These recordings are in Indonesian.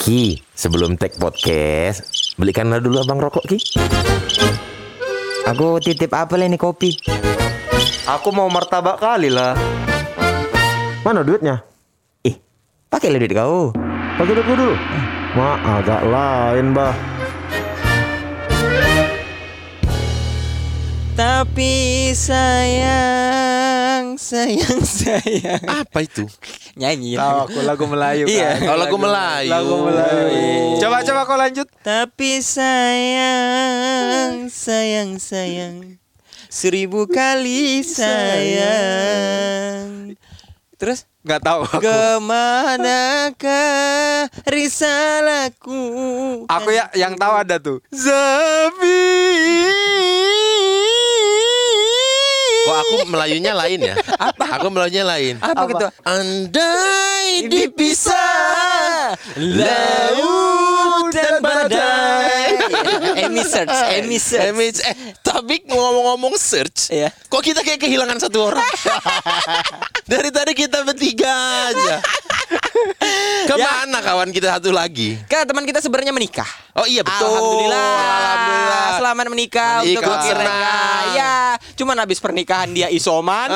Ki, sebelum take podcast, belikanlah dulu abang rokok, Ki. Aku titip apel ini kopi. Aku mau martabak kali lah. Mana duitnya? Pakai duit kau. Pakai duitku dulu. Agak lain, bah. Tapi sayang. Apa itu? Nyanyi. Tahu aku lagu Melayu kan. Iya. Oh, lagu Melayu. Lagu Melayu. Coba kau lanjut. Tapi sayang. 1000 kali sayang. Terus? Gak tahu aku. Kemanakah risalahku? Aku yang tahu ada tuh. Zafi. Kok aku Melayunya lain ya? Apa? Aku Melayunya lain. Apa gitu? Andai dipisah laut dan badai. Emi search. Tapi ngomong-ngomong search, Iya. kok kita kayak kehilangan satu orang? Dari tadi kita bertiga aja. Kemana kawan kita satu lagi? Kan teman kita sebenarnya menikah. Oh iya betul. Alhamdulillah. Selamat menikah untuk Menikah. mereka. Ya, cuman habis pernikahan dia isoman.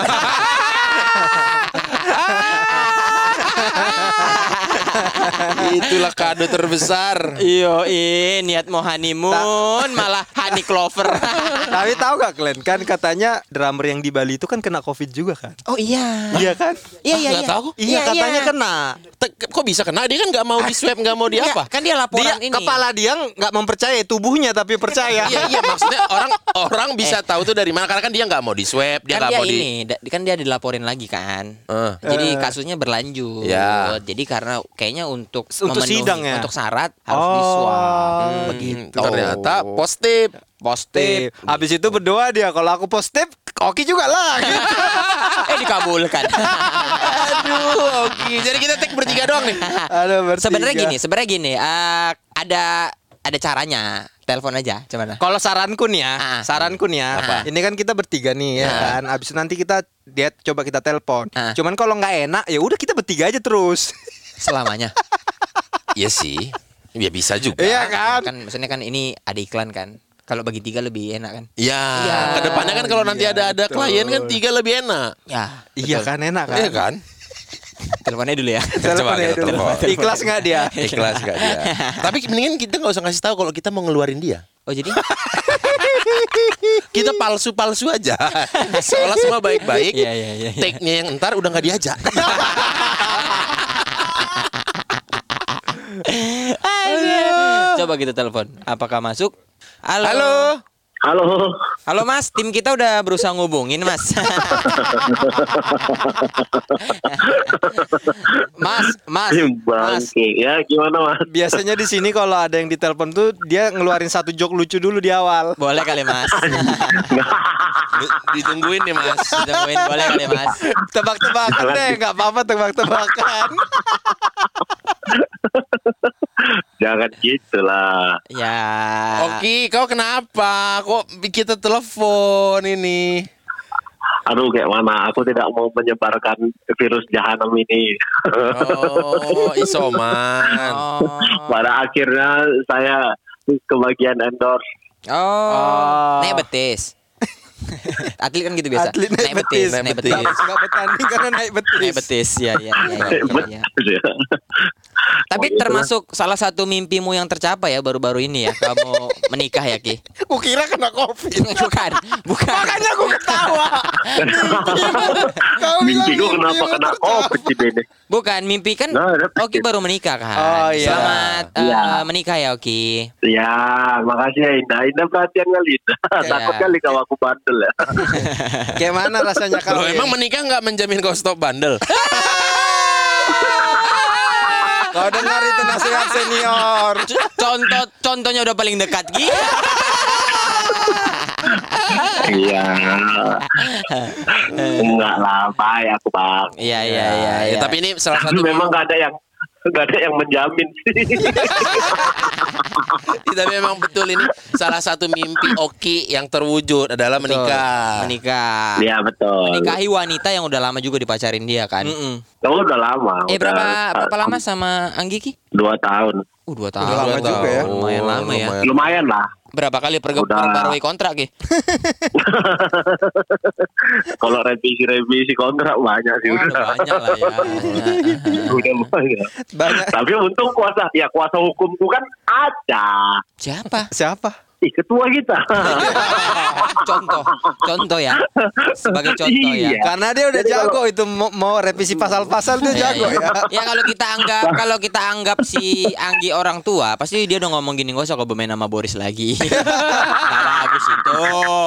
Itulah kado terbesar. Iyo, niat mau honeymoon malah honey clover. Tapi tahu gak kalian kan katanya drummer yang di Bali itu kan kena COVID juga kan? Oh iya. Iya kan? Iya. Nggak tahu. Iya katanya kena. Kok bisa kena? Dia kan nggak mau di swab, nggak mau di apa? Kan dia laporan Dia ini. kepala dia nggak mempercayai tubuhnya tapi percaya. Iya maksudnya orang bisa tahu tuh dari mana karena kan dia nggak mau di swab, dia Kan nggak dia mau di. kan dia dilaporin lagi kan. Jadi kasusnya berlanjut. Ya. Jadi karena kayaknya untuk sidang ya? untuk syarat harus di swab. Begitu. Ternyata positif. Positif. Habis itu berdoa dia kalau aku positif, Oki juga lah. Dikabulkan. Aduh, oke. Jadi kita take bertiga doang nih. Aduh, bertiga. Sebenarnya gini, ada caranya. Telepon aja, gimana? Kalau saranku nih ya, Apa? ini kan kita bertiga nih ya kan. Abis itu nanti dia coba kita telepon. Cuman kalau nggak enak, ya udah kita bertiga aja terus. Selamanya. Iya sih. Ya bisa juga. Iya kan? Kan maksudnya kan ini ada iklan kan. Kalau bagi 3 lebih enak kan? Iya. Kedepannya kan kalau nanti ada betul. klien kan 3 lebih enak. Ya. Iya kan enak kan? Iya kan? Teleponnya dulu ya. Telepon Coba aja kita dulu. telepon. Ikhlas nggak dia? Ikhlas gak dia? Tapi mendingan kita nggak usah ngasih tahu kalau kita mau ngeluarin dia. Oh jadi? Kita palsu-palsu aja. Seolah semua baik-baik. Iya. Take-nya yang ntar udah nggak diajak. Coba kita telepon. Apakah masuk? Halo. Halo. Halo Mas, tim kita udah berusaha ngubungin Mas. Mas. Bangke. Ya gimana Mas? Biasanya di sini kalau ada yang ditelepon tuh dia ngeluarin satu joke lucu dulu di awal. Boleh kali Mas. Ditungguin nih Mas. Ditungguin boleh kali Mas. Tebak-tebakan deh, nggak apa-apa tebak-tebakan. Jangan gitulah. Ya. Oke, kau kenapa? Kok kita telepon ini? Aduh kayak mana? Aku tidak mau menyebarkan virus jahanam ini. Oh, isoman. Pada akhirnya saya kebagian endorse. Naik betis. Atlet kan gitu biasa. Atlet naik betis. Naik betis. Nggak bertanding karena naik betis. Naik betis. Ya. Betul ya. Tapi termasuk salah satu mimpimu yang tercapai ya baru-baru ini ya. Kamu menikah ya Ki? Aku kira kena COVID. Bukan. Makanya aku ketawa. Mimpiku kenapa kena COVID sih Bene? Bukan, mimpi kan Nah, ada Oki pikir. baru menikah kan. Oh, iya. Selamat Iya. menikah ya Oki. Ya, makasih ya Indah. Indah perhatian kali Indah. Takut kali kalau aku bandel ya. Kayak mana rasanya Kalau kalau emang menikah nggak menjamin kau stop bandel? kau dengar itu nasihat senior. Contohnya udah paling dekat Ki. Iya. Enggak lah, baik aku Bang. Iya. Ya, tapi ini salah satu Memang nggak ada yang nggak ada yang menjamin sih. Tapi memang betul ini salah satu mimpi Oki yang terwujud adalah menikah. Menikah. Iya betul. Menikahi wanita yang udah lama juga dipacarin dia kan. Oh, udah lama. Berapa lama sama Anggi Ki? 2 tahun. 2 tahun. Udah lama juga ya. Lumayan lama ya. Lumayan lah. Berapa kali perbarui kontrak Ki? Kalau revisi kontrak banyak sih udah. Banyak lah ya. Udah banyak. Banyak. Tapi untung kuasa hukumku kan ada. Siapa? Ketua kita. Contoh ya. Sebagai contoh ya. Iya. Karena dia udah jago itu mau revisi pasal-pasal dia jago ya. Ya kalau kita anggap si Anggi orang tua, pasti dia udah ngomong gini, gak usah kau bermain sama Boris lagi. Gak bagus itu.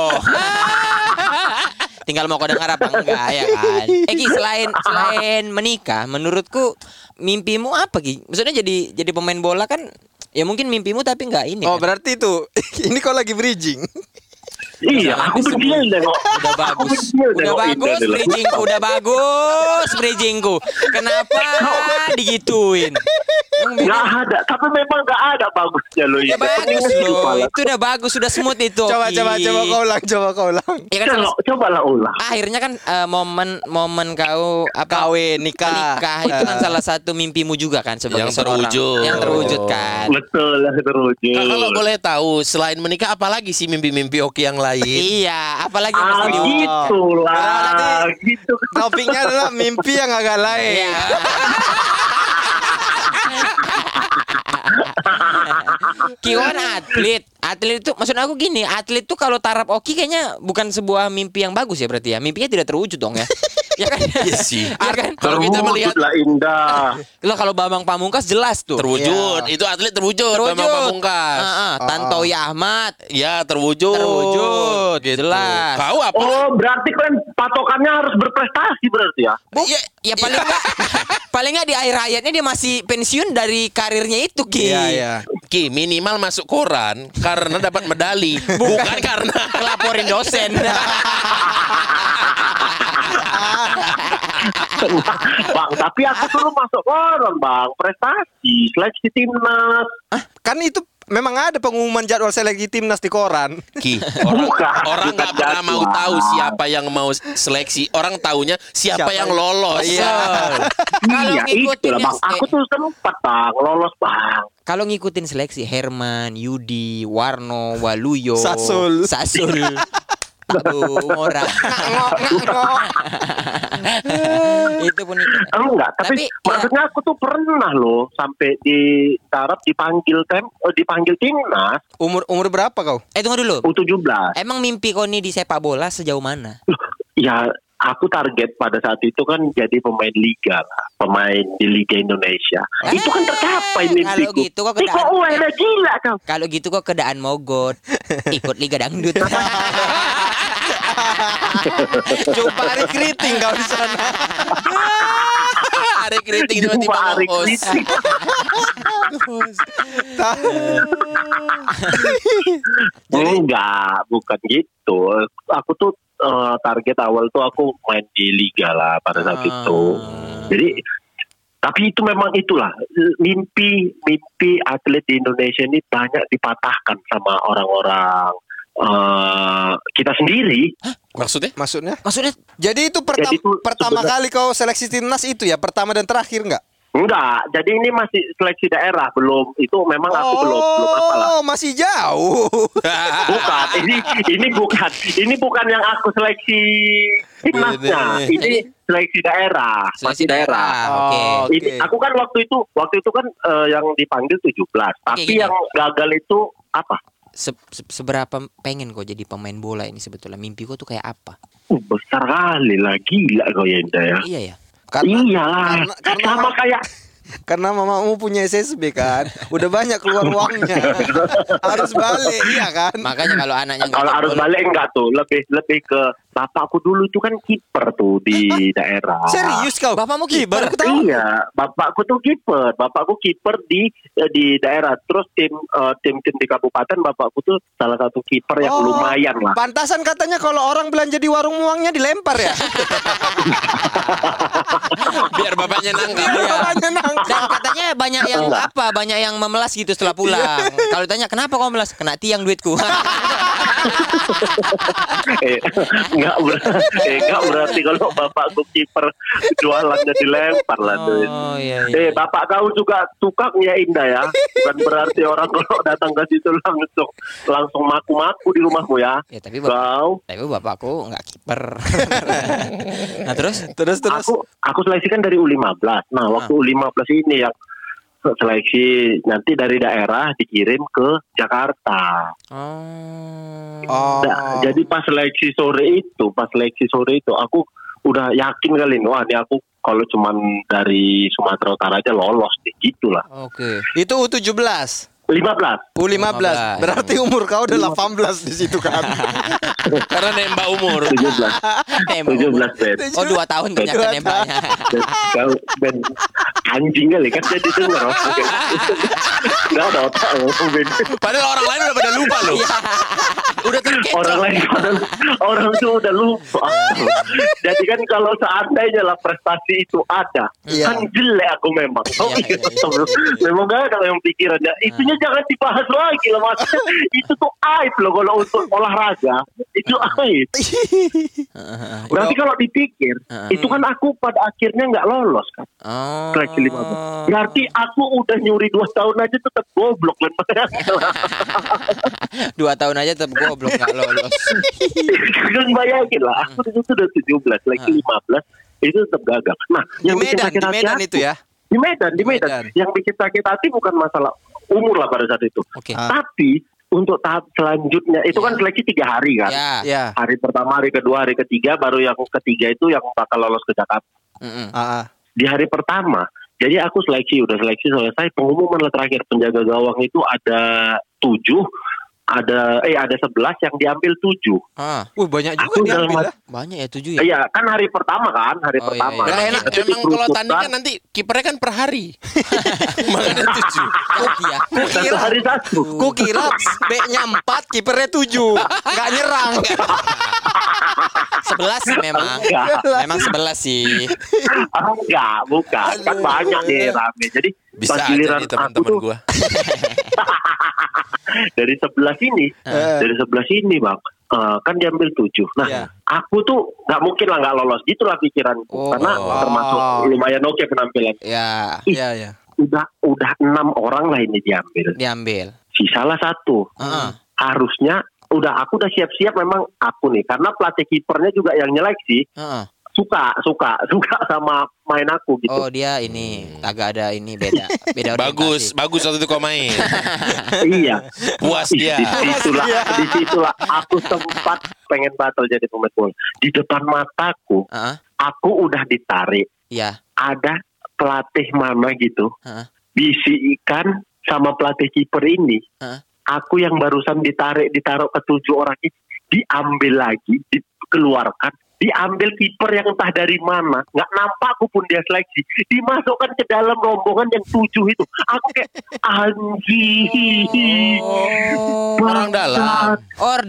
Tinggal mau kau dengar apa enggak ya kan. Ki, selain menikah, menurutku mimpimu apa Ki? Maksudnya jadi pemain bola kan. Ya mungkin mimpimu tapi enggak ini. Oh, kan? berarti itu ini kau lagi bridging. Iya, aku berdiri nengok. Udah bagus bridgingku. Kenapa digituin? Nggak ada, tapi memang nggak ada bagusnya loh. Ya bagus loh, itu udah bagus, sudah smooth itu. Coba kau ulang. Ya kan Cobalah ulang. akhirnya kan momen kau Kawin, nikah. itu kan salah satu mimpimu juga kan sebagai Yang seorang terwujud. yang terwujud kan. Betul, terwujud. Kalau boleh tahu, selain menikah apalagi sih mimpi-mimpi Oki yang lain? Iya, apalagi yang mesti diwujud. Gitulah, gitu. Topiknya adalah mimpi yang agak lain. Iya. Kiwan atlet itu maksud aku gini, atlet tuh kalau taraf Oki kayaknya bukan sebuah mimpi yang bagus ya berarti ya. Mimpinya tidak terwujud dong ya. Ya kan? Iya sih. Ya kan? Kalau kita melihat Terwujudlah indah. Lo kalau Bambang Pamungkas jelas tuh. terwujud, itu atlet terwujud. Bambang Pamungkas. Tantowi Ahmad Ya terwujud. Gitu. jelas. Kau apa? Oh, berarti kan patokannya harus berprestasi berarti ya? Ya paling nggak di akhir hayatnya dia masih pensiun dari karirnya itu Ki. Iya. Ki minimal masuk koran karena dapat medali, bukan karena Ngelaporin dosen. Bang, tapi aku dulu masuk koran bang, prestasi, seleksi timnas. Kan itu memang ada pengumuman jadwal seleksi timnas di koran. Ki, Bukan, orang nggak bukan pernah mau jadwal. tahu siapa yang mau seleksi. Orang taunya siapa yang lolos. Iya. Kalau Iya, ngikutin itulah bang. Aku tuh sempat bang, lolos bang. Kalau ngikutin seleksi Herman, Yudi, Warno, Waluyo, Sasul. Mora. Itu pun ikut. Enggak, tapi maksudnya aku tuh pernah loh sampai di taraf dipanggil timnas Umur berapa kau? Tunggu dulu. U17. Emang mimpi kau nih di sepak bola sejauh mana? Ya, aku target pada saat itu kan jadi pemain liga lah, pemain di Liga Indonesia. Itu kan tercapai mimpiku. Kalau gitu kok kok udah gila kau. Kalau gitu kok kedaan mogot ikut Liga Dangdut. Coba hari keriting kau di sana. Ada keriting tiba-tiba Hari ngopos. kritik. Enggak, bukan gitu. Aku tuh target awal tuh aku main di liga lah pada saat itu. Jadi tapi itu memang itulah mimpi atlet di Indonesia ini banyak dipatahkan sama orang-orang kita sendiri. Maksudnya? Jadi itu pertama kali kau seleksi timnas itu ya, pertama dan terakhir enggak? Enggak, jadi ini masih seleksi daerah, belum. Itu memang aku belum apalah. Oh, masih jauh. Bukan, ini bukan yang aku seleksi timnasnya. Ini seleksi daerah, masih daerah. Oke. Ini aku kan waktu itu kan yang dipanggil 17, tapi gini. yang gagal itu apa? Seberapa pengen kau jadi pemain bola ini sebetulnya? Mimpi kau tuh kayak apa? Besar kali lah, gila kau Yenda ya. Iya ya. Iyalah, sama kayak karena mamamu punya SSB kan, udah banyak keluar uangnya. Harus balik, iya kan? Makanya kalau anaknya kalau harus balik enggak tuh, lebih ke bapakku dulu itu kan kiper tuh di daerah. Serius kau? Bapakmu kiper? Baru aku tahu. Iya, bapakku tuh kiper. Bapakku kiper di daerah. Terus tim di kabupaten bapakku tuh salah satu kiper yang lumayan lah. Pantasan katanya kalau orang belanja di warung uangnya dilempar ya. Biar bapaknya nangkap. Dan katanya banyak yang memelas gitu setelah pulang. Kalau ditanya kenapa kau memelas? Kena tiang duitku. Enggak berarti kalau bapakku kiper jualannya dilempar lah tuh. Iya. Bapak kau juga tukang ya Indah ya. Bukan berarti orang kalau datang ke situ langsung maku-maku di rumahmu ya. Ya tapi bapakku nggak kiper. Nah terus. Aku seleksi kan dari U15. Nah, waktu U15 ini yang seleksi nanti dari daerah dikirim ke Jakarta. Nah, jadi pas seleksi sore itu aku udah yakin kali nih, wah ini aku kalau cuman dari Sumatera Utara aja lolos deh, gitulah. Oke. Itu U17. 15. U15. Berarti umur kau udah 18 di situ kan. Karena nembak umur. 17 Ben. Oh 2 tahun ternyata nembaknya. Kau Ben anjing kali kan jadi denger. Enggak ada otak Ben. Padahal orang lain udah pada lupa loh. Udah terkecoh. Orang tuh udah lupa. Jadi kan kalau seandainya lah prestasi itu ada, kan jelek aku memang. Memang gak ada yang pikirannya. Itunya jangan dibahas lagi lah mas. Itu tuh aib loh kalau untuk olahraga. Itu aib. Berarti kalau dipikir, itu kan aku pada akhirnya nggak lolos kan. Seleksi 15. Berarti aku udah nyuri 2 tahun aja tetap goblok lah. 2 tahun aja tetap goblok nggak lolos. Kan bayangin lah, aku itu udah 17, lagi 15 itu tetap gagal. Nah, yang bikin sakit hati Medan itu ya. Di Medan. Yang bikin sakit hati bukan masalah umur lah pada saat itu. Tapi untuk tahap selanjutnya itu kan seleksi 3 hari kan. Ya. Hari pertama, hari kedua, hari ketiga, baru yang ketiga itu yang bakal lolos ke Jakarta. Di hari pertama, jadi aku udah seleksi selesai, pengumuman lah terakhir penjaga gawang itu ada 7. Ada 11 yang diambil 7. Banyak juga diambil. Banyak ya 7 ya. Iya, kan hari pertama kan, pertama. Iya. Kan. Emang kalau tanding kan nanti kipernya kan per hari. Makanya 7. Hari 1. Kukira B-nya 4, kipernya 7. Enggak nyerang. 11 sih memang. Memang 11 sih. Enggak, bukan. Kan banyak nih rame. Jadi bisa pas aja giliran nih teman-teman aku tuh, gua. dari 11 ini Bang, kan diambil 7. Nah, aku tuh nggak mungkin lah nggak lolos, gitulah pikiranku. Karena termasuk lumayan oke penampilan. Iya. Udah 6 orang lah ini diambil. Sisalah 1. Harusnya aku udah siap-siap memang aku nih, karena pelatih kipernya juga yang nyeleksi. Suka sama main aku gitu. Oh dia ini agak ada ini beda bagus waktu itu kau main. Iya. Puas dia. Disitulah aku sempat pengen batal jadi pemain bola. Di depan mataku, aku udah ditarik. Iya. Ada pelatih mana gitu, bisikan sama pelatih kiper ini. Aku yang barusan ditaruh ke 7 orang ini diambil lagi, dikeluarkan. Diambil kiper yang entah dari mana, nggak nampak aku pun dia seleksi, dimasukkan ke dalam rombongan yang 7 itu. Aku kayak anjing. Orang dalam.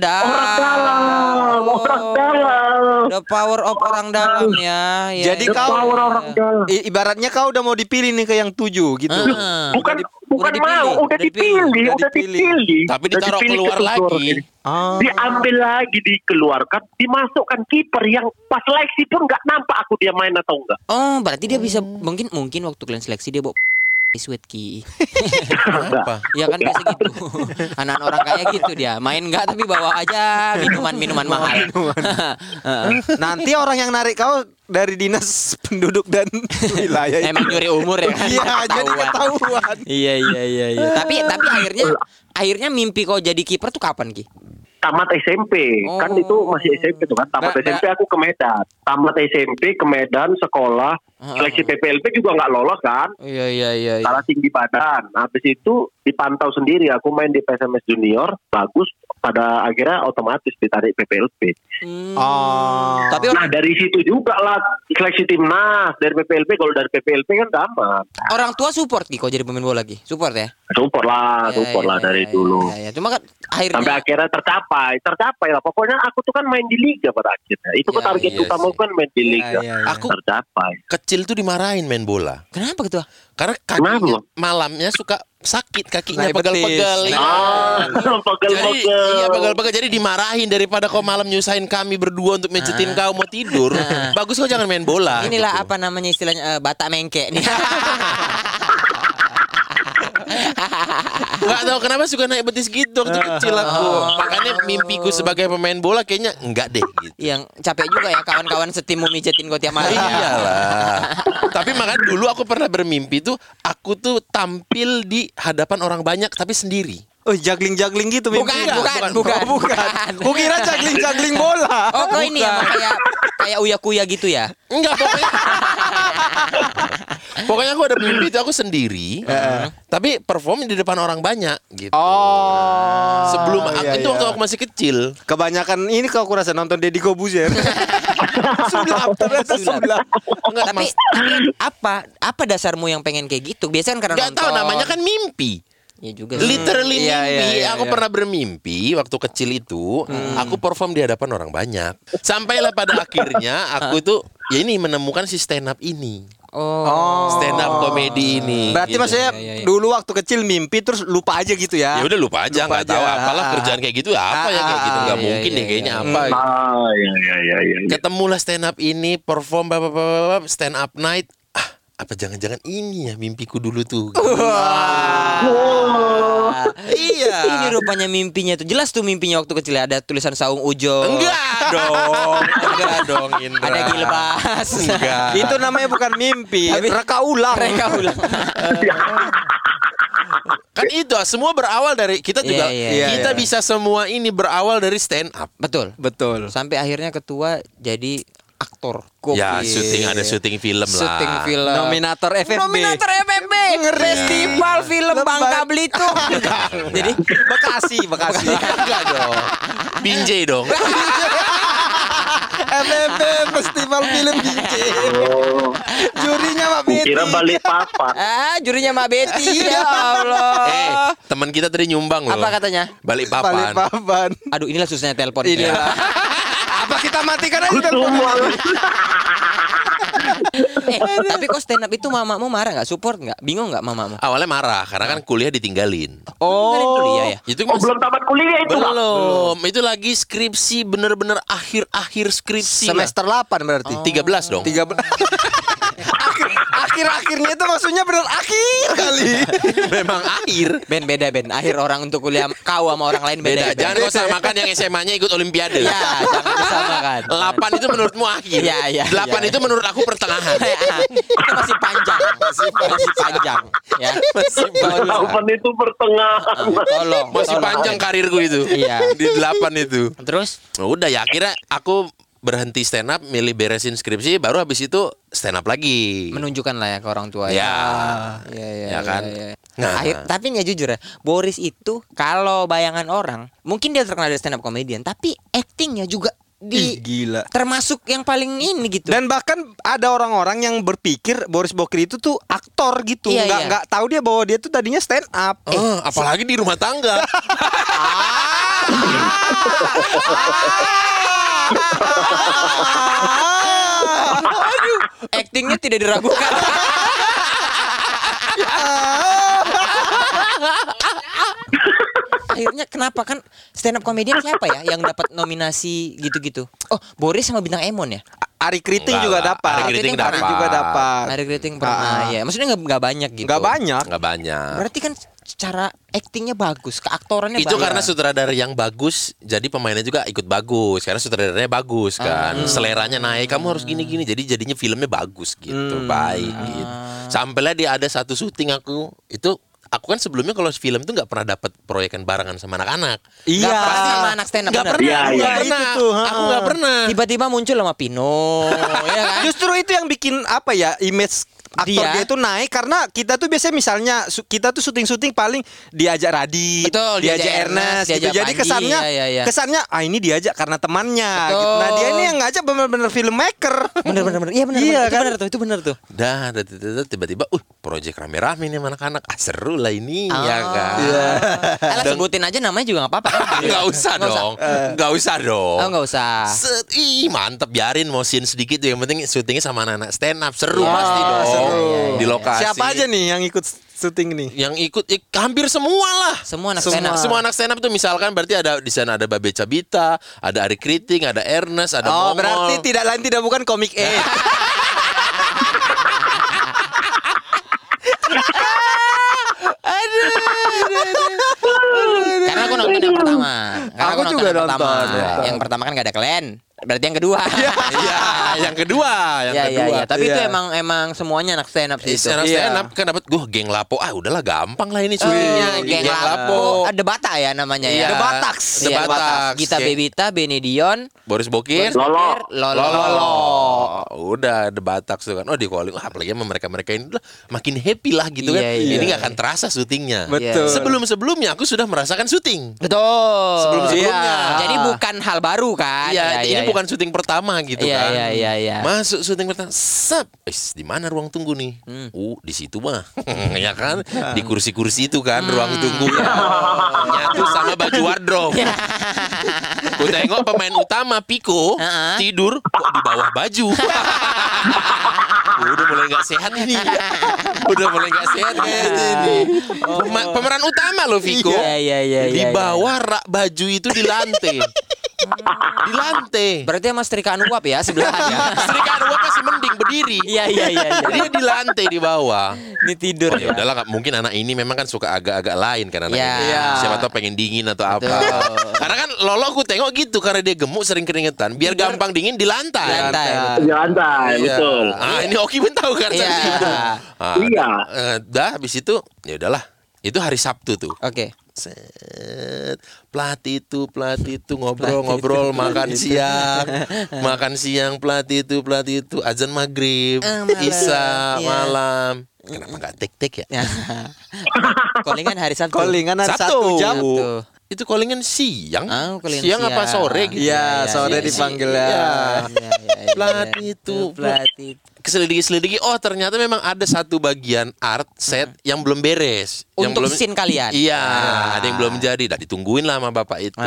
The power of orang dalam ya. Jadi kau ibaratnya kau udah mau dipilih nih ke yang 7 gitu. Bukan udah dipilih. Tapi ditaruh keluar lagi. Diambil lagi, dikeluarkan, dimasukkan kiper yang pas seleksi pun nggak nampak aku dia main atau enggak. Oh, berarti dia bisa mungkin waktu kalian seleksi dia bawa sweet ki. Ya kan biasa gitu. Anak orang kaya gitu dia. Main enggak tapi bawa aja minuman mahal. Nanti orang yang narik kau dari dinas penduduk dan wilayah. Emang nyuri umur ya kan? Iya, jadi ketahuan. Iya. Tapi akhirnya mimpi kau jadi kiper tuh kapan Ki? Tamat SMP, kan itu masih SMP tuh kan. Tamat SMP aku ke Medan. Tamat SMP ke Medan sekolah. Seleksi PPLP juga nggak lolos kan? Iya. Kalah tinggi badan. Habis itu dipantau sendiri. Aku main di PSMS Junior, bagus. pada akhirnya otomatis ditarik PPLP. Tapi Nah dari situ juga lah seleksi timnas dari PPLP. Kalau dari PPLP kan aman. orang tua support Ki kok jadi pemain bola Ki. Support ya? Support lah dari dulu. Ya. Cuma kan akhirnya Sampai akhirnya tercapai lah. Pokoknya aku tuh kan main di liga pada akhirnya. Itu kan target utama kan main di liga. Aku Tercapai. kecil tuh dimarahin main bola. kenapa gitu? Karena kakinya Kenapa? malamnya suka sakit kakinya Naik betis. pegel-pegel. Pegel-pegel. Jadi pegel-pegel jadi dimarahin daripada kau malam nyusahin kami berdua untuk mejetin kau mau tidur. Bagus kau jangan main bola. Inilah gitu. apa namanya istilahnya batak mengke nih. Nggak tahu kenapa suka naik betis gitu waktu kecil aku. Makanya mimpiku sebagai pemain bola kayaknya enggak deh gitu. Yang capek juga ya kawan-kawan setim mau mijetin kau tiap hari. Iyalah. Tapi makanya dulu aku pernah bermimpi tuh aku tuh tampil di hadapan orang banyak tapi sendiri. Oh, juggling gitu mimpi. Bukan. Kukira juggling bola. Oh, kau ini ya kayak uya-kuya gitu ya? Enggak pokoknya aku ada mimpi itu aku sendiri. Tapi perform di depan orang banyak gitu. Sebelum itu waktu aku masih kecil. Kebanyakan ini kau kurasa nonton Deddy Kobuzer. Sulap. Enggak, tapi apa dasarmu yang pengen kayak gitu? Biasanya kan karena Enggak tahu namanya kan mimpi. Ya juga sih. Literally mimpi. Iya. Aku pernah bermimpi waktu kecil itu, aku perform di hadapan orang banyak. Sampailah pada akhirnya aku tuh ya ini menemukan si stand up ini. Stand up komedi ini. Berarti gitu. maksudnya dulu waktu kecil mimpi terus lupa aja gitu ya. Ya udah lupa aja, Lupa nggak tahu aja. apalah kerjaan kayak gitu apa ya kayak gitu nggak mungkin deh kayaknya apa. Iya. Ketemulah stand up ini, perform stand up night. Apa jangan-jangan ini ya mimpiku dulu tuh. Iya. Ini rupanya mimpinya tuh. Jelas tuh mimpinya waktu kecil ada tulisan Saung Ujo. Enggak dong Indra. Ada Gilbas. Enggak. Itu namanya bukan mimpi, reka ulang. Kan itu semua berawal dari kita juga kita bisa semua ini berawal dari stand up. Betul. Sampai akhirnya ketua jadi aktor. Ya ada syuting film lah. Syuting film. Nominator FFB. Festival film Bangka Belitung. Jadi Bekasi. Enggak dong. Binjai dong. FFB Festival Film Binjai. Jurinya Mbak Betty. Kira balik papan. Jurinya Mbak Betty. Ya Allah. Teman kita tadi nyumbang loh. Apa katanya? Balik papan. Aduh, inilah susahnya telepon. Inilah. Apa kita matikan aja telepon? Tapi kok stand up itu mamamu marah nggak? Support nggak? Bingung nggak mamamu? Awalnya marah karena kan kuliah ditinggalin. Tinggalin kuliah ya? Itu Belum tamat kuliah itu Pak? belum. Itu lagi skripsi bener-bener akhir skripsi. Semester 8 berarti. 13 dong. 13. Akhir-akhirnya itu maksudnya benar akhir kali. Memang akhir. Ben beda Ben. Akhir orang untuk kuliah kau sama orang lain beda. Beda. Jangan kau samakan yang SMA-nya ikut olimpiade. Ya, jangan disamakan. 8 itu menurutmu akhir. Iya. 8 itu menurut aku pertengahan. Itu masih panjang. Masih panjang. Ya. Tahapan itu pertengahan. Tolong. Masih panjang karirku itu. Iya. Di 8 itu. Terus? Udah ya akhirnya aku berhenti stand up, milih beresin skripsi, baru habis itu stand up lagi. Menunjukkan lah ya ke orang tua Ya. Ya kan? Nah, tapi nih jujur ya, Boris itu kalau bayangan orang, mungkin dia terkenal dari stand up comedian, tapi actingnya juga Gila. termasuk yang paling ini gitu. Dan bahkan ada orang-orang yang berpikir Boris Bokri itu tuh aktor gitu. Iya. Nggak tahu dia bahwa dia tuh tadinya stand up. Apalagi di rumah tangga. Aduh, actingnya tidak diragukan. Akhirnya kenapa kan stand up comedian siapa ya yang dapat nominasi gitu-gitu? Oh, Boris sama Bintang Emon ya? Ari Kriting Enggak juga lah, dapat. Ari Kriting dapat. juga dapat. Ada Kriting pernah ya. Maksudnya nggak banyak gitu. Nggak banyak. Nggak banyak. Berarti kan secara actingnya bagus, keaktorannya Itu bagus. karena sutradara yang bagus, jadi pemainnya juga ikut bagus. Karena sutradaranya bagus kan, seleranya naik. Kamu harus gini-gini, jadi jadinya filmnya bagus gitu, baik. Gitu. Sampailah dia ada satu syuting aku kan sebelumnya kalau film tuh nggak pernah dapat proyekan barengan sama anak-anak. Iya. Nggak pernah sama anak stand up. Nggak bener. pernah, Iya, aku iya. nggak pernah. Itu tuh, Aku nggak pernah. Tiba-tiba muncul sama Pino, ya kan? Justru itu yang bikin apa ya image aktor dia itu naik karena kita tuh biasanya misalnya kita tuh syuting paling diajak Radit, Betul, diajak Ernest gitu. Jadi kesannya kesannya ini diajak karena temannya gitu. Nah, dia ini yang ngajak benar-benar filmmaker. Bener. Iya benar. Iya, Itu kan? benar tuh, itu benar tuh. Dah, tiba-tiba, proyek rame-rame nih sama anak-anak. Seru lah ini, ya kan. Alah, sebutin aja namanya juga nggak apa-apa. Nggak usah dong. Nggak usah dong. Oh, nggak usah. Mantep, biarin mau scene sedikit tuh. Yang penting syutingnya sama anak-anak stand up. Seru pasti dong. Di lokasi. Siapa aja nih yang ikut syuting nih? Yang ikut hampir semua lah. Semua anak stand up. Semua anak stand up tuh misalkan berarti ada di sana ada Babe Cabita, ada Ari Kriting, ada Ernest, ada Mongol. Berarti tidak lain tidak bukan komik Karena aku nonton yang pertama. Aku juga nonton. Yang pertama kan gak ada Glenn. Berarti yang kedua. Iya, yang kedua. Iya. Tapi itu emang semuanya anak stand up sih itu. Anak stand up kan dapat geng Lapo. Udahlah gampang lah ini syutingnya. Geng Lapo. Ada Bata ya namanya ya. Iya. The Bataks. The Bataks. Gita Bebita, Benny Dion, Boris Bokir, Lolo. Udah The Bataks tuh kan. Di calling. Apalagi sama mereka ini udah makin happy lah gitu kan. Iya. Ini nggak akan terasa syutingnya. Betul. Sebelumnya aku sudah merasakan syuting. Betul. Sebelum-sebelumnya. Jadi bukan hal baru kan? Iya, ini bukan syuting pertama gitu kan. Iya. Masuk syuting pertama. Di mana ruang tunggu nih? Di situ mah. Ya kan? Di kursi-kursi itu kan ruang tunggu. Nyatu sama baju wardrobe. Gue tengok pemain utama Piko tidur kok di bawah baju. Udah mulai nggak sehat ini. Pemeran utama loh Viko. Iya. Di bawah rak baju itu di lantai. Di lantai. Berarti sama setrikaan uap ya sebelahnya. Setrikaan uap masih mending berdiri. Iya. Dia di lantai di bawah. Ini tidur Ya udahlah, mungkin anak ini memang kan suka agak-agak lain kan anak Iya. ini. Siapa tahu pengen dingin atau apa. Karena kan Lolo aku tengok gitu karena dia gemuk sering keringetan. Biar gampang dingin di lantai. Di lantai, Iya. betul. Ini Oki pun tahu kan. Iya. Iya. Dah habis itu ya udahlah. Itu hari Sabtu tuh. Oke. Set, pelatih itu ngobrol makan siang pelatih itu azan maghrib isya malam. Kenapa nggak tek ya? Callingan hari Sabtu. Callingan hari Sabtu. 1 jam. Itu callingan siang. Callingan siang apa sore gitu? Iya, sore dipanggil ya. Pelatih itu keselidiki ternyata memang ada satu bagian art set yang belum beres. Yang Untuk belum scene kalian. Iya, ada yang belum jadi. Dah ditungguin lah sama bapak itu.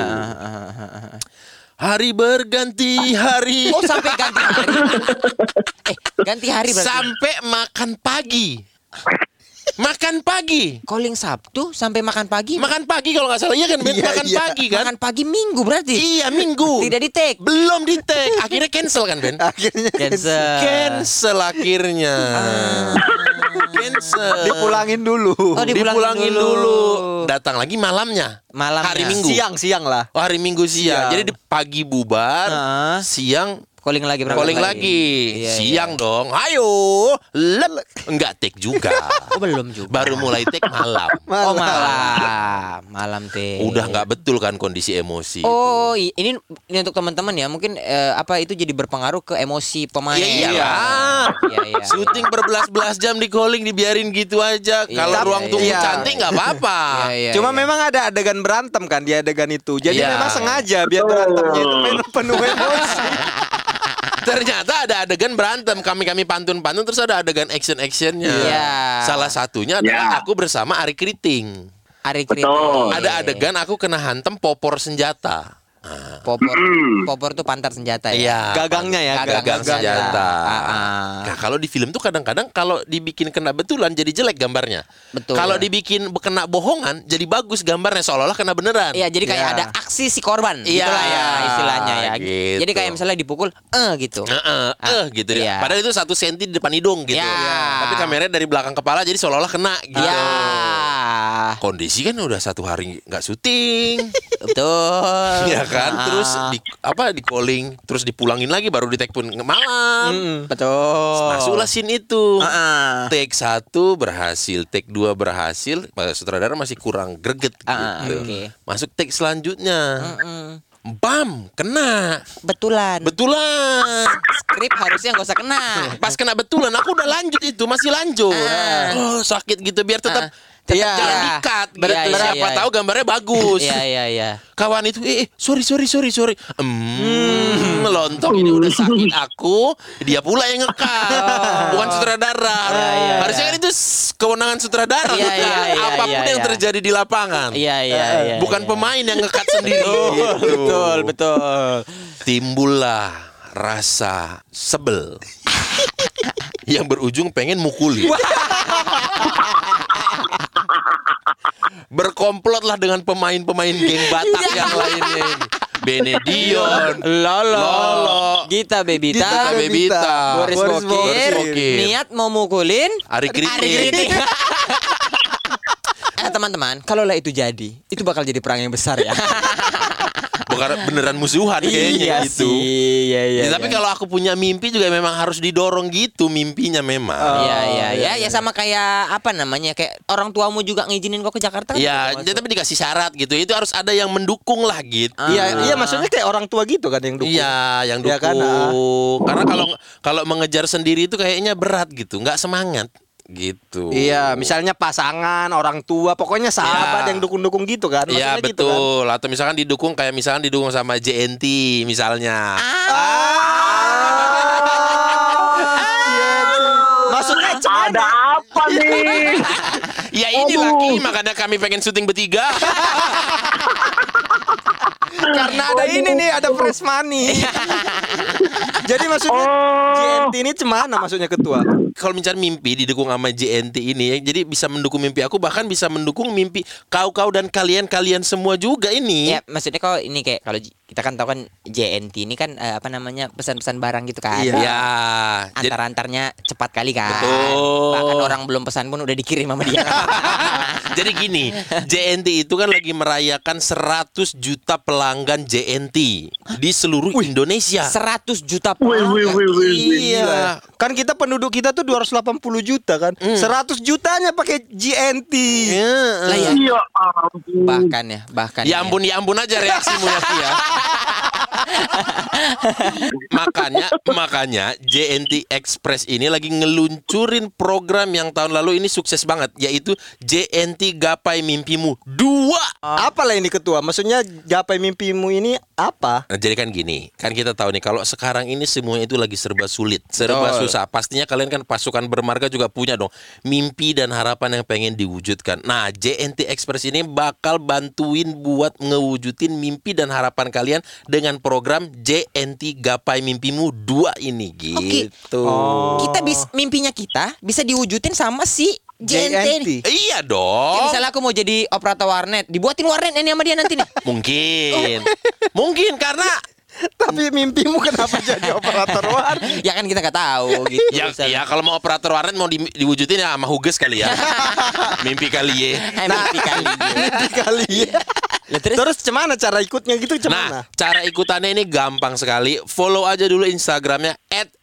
Hari berganti hari. Oh, sampai ganti hari. Ganti hari berarti. Sampai makan pagi. Calling Sabtu sampai makan pagi. Makan pagi kalau nggak salah. Iya kan, Ben? Makan pagi kan? Makan pagi Minggu berarti. Iya, Minggu. Tidak di-take. Belum di-take. Akhirnya cancel kan, Ben? Cancel akhirnya. Cancel. Dipulangin dulu. Dipulangin dulu. Datang lagi malamnya. Hari Minggu. Siang lah. Hari Minggu siang. Jadi di pagi bubar, siang calling lagi berapa calling kali? lagi. Iya, Siang dong. Ayo. Enggak take juga. Oh, belum juga. Baru mulai take malam. Oh, malam teh. Udah nggak betul kan kondisi emosi. Oh, ini untuk teman-teman ya. Mungkin itu jadi berpengaruh ke emosi pemain. Iya. Syuting berbelas-belas jam di calling dibiarin gitu aja. Kalau ruang tunggu cantik nggak apa-apa. Cuma memang ada adegan berantem kan di adegan itu. Jadi memang sengaja biar berantemnya itu penuh emosi. Ternyata ada adegan berantem, kami pantun-pantun, terus ada adegan action-actionnya. Salah satunya adalah aku bersama Ari Kriting. Ada adegan aku kena hantem popor senjata. Popor tuh pantar senjata ya. Iya. Gagangnya ya. Gagang senjata. Nah, kalau di film tuh kadang-kadang kalau dibikin kena betulan jadi jelek gambarnya. Betul. Kalau dibikin kena bohongan jadi bagus gambarnya seolah-olah kena beneran. Iya, jadi kayak ada aksi si korban. Iya, itulah ya istilahnya ya. Gitu. Jadi kayak misalnya dipukul gitu. Gitu iya. ya. Padahal itu 1 senti di depan hidung gitu. Tapi kameranya dari belakang kepala jadi seolah-olah kena gitu. Iya. Kondisi kan udah 1 hari nggak syuting. Betul. Ya kan, terus di calling, terus dipulangin lagi baru di take pun malam. Betul. Masuklah scene itu. Take 1 berhasil, take 2 berhasil. Sutradara masih kurang greget gitu. Okay. Masuk take selanjutnya. bam, kena. Betulan. Skrip harusnya nggak usah kena. Pas kena betulan, aku udah lanjut itu, masih lanjut. Oh, sakit gitu biar tetap jangan di-cut gitu. Siapa tahu gambarnya bagus. Iya. Kawan itu, sorry. Melontok ini udah sakit aku, dia pula yang nge-cut. Bukan sutradara. Harusnya kan itu kewenangan sutradara. Apapun yang terjadi di lapangan. Iya. Bukan pemain yang nge-cut sendiri. Betul. Timbullah rasa sebel yang berujung pengen mukuli. Berkomplotlah dengan pemain-pemain geng Batak yang lainnya ini. Benedion, Lolo, Gita Bebita, Boris Bokir, niat mau mukulin Ari Kritik. Teman-teman, kalaulah itu jadi, itu bakal jadi perang yang besar ya. Bukan beneran musuhan kayaknya gitu. Iya. Tapi kalau aku punya mimpi juga memang harus didorong gitu mimpinya memang. Iya. Ya sama kayak apa namanya, kayak orang tuamu juga ngizinin kau ke Jakarta kan? Iya, tapi dikasih syarat gitu. Itu harus ada yang mendukung lah gitu. Iya, maksudnya kayak orang tua gitu kan yang dukung. Iya, yang dukung. Ya kan, Karena kalau mengejar sendiri itu kayaknya berat gitu, nggak semangat. Gitu. Iya, misalnya pasangan, orang tua, pokoknya sahabat yang dukung-dukung gitu kan. Iya, betul. Gitu kan? Atau misalkan didukung sama JNT misalnya. Maksudnya ada apa nih? Ya ini laki, makanya kami pengen syuting bertiga. karena ada ini nih, ada fresh money. Jadi maksudnya JNT ini cemana maksudnya ketua? Kalau mencari mimpi didukung sama JNT ini, jadi bisa mendukung mimpi aku, bahkan bisa mendukung mimpi kau dan kalian semua juga ini. Ya, maksudnya kalau ini kayak kalau kita kan tahu kan JNT ini kan apa namanya, pesan-pesan barang gitu kan. Iya. Antar-antarnya cepat kali kan. Betul. Bahkan orang belum pesan pun udah dikirim sama dia. Jadi gini, JNT itu kan lagi merayakan 100 juta pelanggan JNT di seluruh Indonesia. 100 juta pelanggan. Iya. Kan kita penduduk kita tuh 280 juta kan. 100 jutanya pakai JNT. Lah ya. Iya ampun. Bahkan Ya ampun aja reaksimu ya Tia. Makanya JNT Express ini lagi ngeluncurin program yang tahun lalu ini sukses banget, yaitu JNT Gapai Mimpimu 2. Apalah ini ketua? Maksudnya gapai mimpimu ini apa? Nah, jadi kan gini, kan kita tahu nih kalau sekarang ini semuanya itu lagi serba sulit, serba susah. Pastinya kalian kan pasukan bermarga juga punya dong mimpi dan harapan yang pengen diwujudkan. Nah, JNT Express ini bakal bantuin buat ngewujudin mimpi dan harapan kalian dengan program JNT Gapai Mimpimu 2 ini gitu. Mimpinya kita bisa diwujudin sama si JNT. Iya dong. Ya, misalnya aku mau jadi operator warnet, dibuatin warnet ini sama dia nanti nih. Mungkin karena Tapi mimpimu kenapa jadi operator warnet? Ya kan kita nggak tahu gitu. Ya kalau mau operator warnet mau diwujudin ya sama Huges kali ya. Mimpi kali ya. Mimpi Kali ya. Terus cemana cara ikutnya gitu cemana? Nah, cara ikutannya ini gampang sekali. Follow aja dulu Instagramnya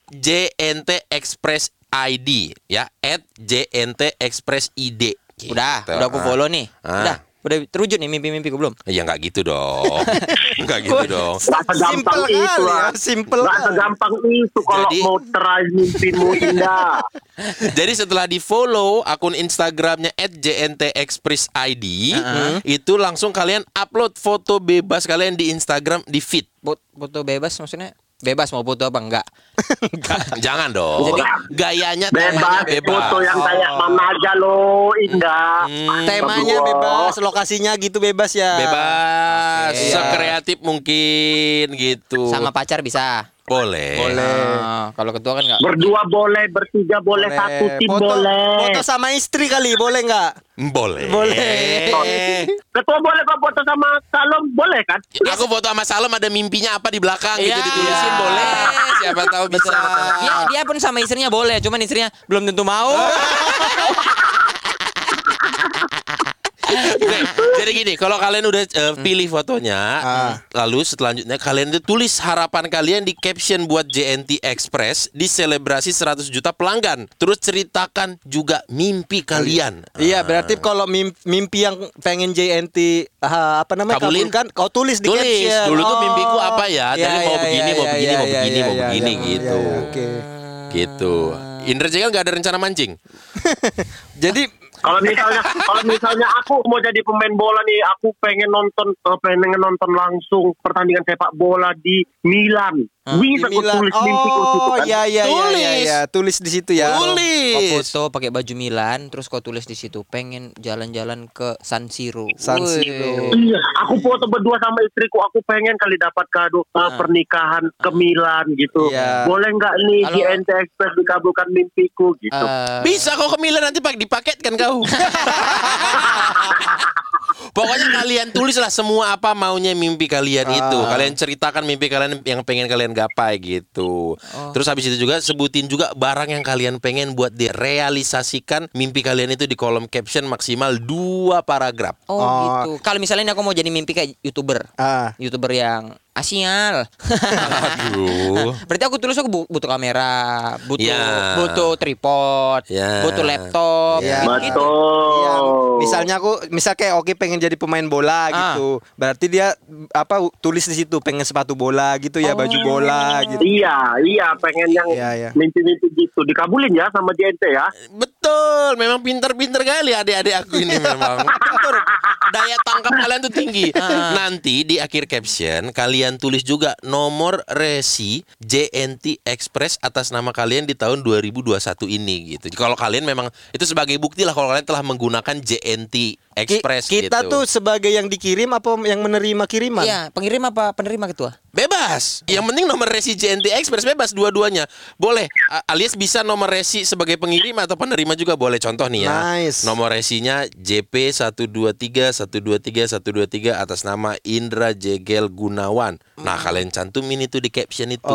@JNTExpressID ya, @JNTExpressID. Udah aku follow nih. Udah terwujud nih mimpi-mimpiku belum? Ya nggak gitu dong. Nggak gitu dong. Gak segampang itu lah. Gak segampang itu kalau mau teraih mimpimu indah. Jadi setelah di follow akun Instagramnya @JNTExpressID, itu langsung kalian upload foto bebas kalian di Instagram di feed. Foto bebas maksudnya? Bebas mau foto apa enggak? Jangan dong. Jadi gayanya bebas. Foto yang kayak mana aja lo indah. Temanya bebas, lokasinya gitu bebas ya. Bebas, sekreatif mungkin gitu. Sama pacar bisa. Boleh. Kalau ketua kan enggak. Berdua boleh, bertiga boleh, satu tim boleh. Foto sama istri kali, boleh nggak? Boleh. Ketua boleh kok foto sama Salom, boleh kan? Aku foto sama Salom ada mimpinya apa di belakang gitu ditulisin boleh. Siapa tahu bisa. Dia pun sama istrinya boleh, cuman istrinya belum tentu mau. Jadi Jadi gini, kalau kalian udah pilih fotonya, lalu selanjutnya kalian itu tulis harapan kalian di caption buat JNT Express di selebrasi 100 juta pelanggan. Terus ceritakan juga mimpi kalian. Iya, berarti kalau mimpi yang pengen JNT Kabulin? kabulkan, kau tulis di caption. Dulu tuh mimpiku apa ya? Iya, Tadi mau iya, begini, iya, mau iya, begini, mau iya, begini, iya, mau iya, begini iya, gitu. iya, oke. Gitu. Indra Jegal nggak ada rencana mancing? Jadi Kalau misalnya aku mau jadi pemain bola nih, aku pengen nonton langsung pertandingan sepak bola di Milan. Bisa aku tulis mimpiku situ kan. Iya, tulis di situ ya. Kau foto pakai baju Milan, terus kau tulis di situ pengen jalan-jalan ke San Siro. Iya, aku foto berdua sama istriku. Aku pengen kali dapat kado pernikahan ke Milan gitu. Iya. Boleh nggak nih Kalau- JNT Express dikabulkan mimpiku gitu. Bisa kok ke Milan nanti dipaketkan kau. Pokoknya kalian tulislah semua apa maunya mimpi kalian itu. Kalian ceritakan mimpi kalian yang pengen kalian gapai gitu. Terus habis itu juga sebutin juga barang yang kalian pengen buat direalisasikan mimpi kalian itu di kolom caption maksimal 2 paragraf. Oh gitu. Kalau misalnya aku mau jadi mimpi kayak YouTuber. YouTuber yang asial. Aduh. Berarti aku tulis aku butuh kamera, Ya. butuh tripod, Ya. butuh laptop. Ya. gitu. Iya, Betul. misal kayak Oki pengen jadi pemain bola gitu. Berarti dia tulis di situ pengen sepatu bola gitu ya, baju bola gitu. Iya, pengen yang Iya. mimpi-mimpi gitu dikabulin ya sama JNT ya. Betul, memang pinter-pinter kali adik-adik aku ini memang. Pinter. Daya tangkap kalian tuh tinggi. Nanti di akhir caption kalian tulis juga nomor resi JNT Express atas nama kalian di tahun 2021 ini gitu. Kalau kalian memang itu sebagai bukti lah kalau kalian telah menggunakan JNT Express Kita gitu. tuh sebagai yang dikirim apa yang menerima kiriman? Iya, pengirim apa penerima ketua? Bebas. Yang penting nomor resi JNT Express bebas dua-duanya. Boleh alias bisa nomor resi sebagai pengirim atau penerima juga boleh. Contoh nih ya. Nice. Nomor resinya JP 123 atas nama Indra Jegel Gunawan. Nah, kalian cantumin itu di caption itu.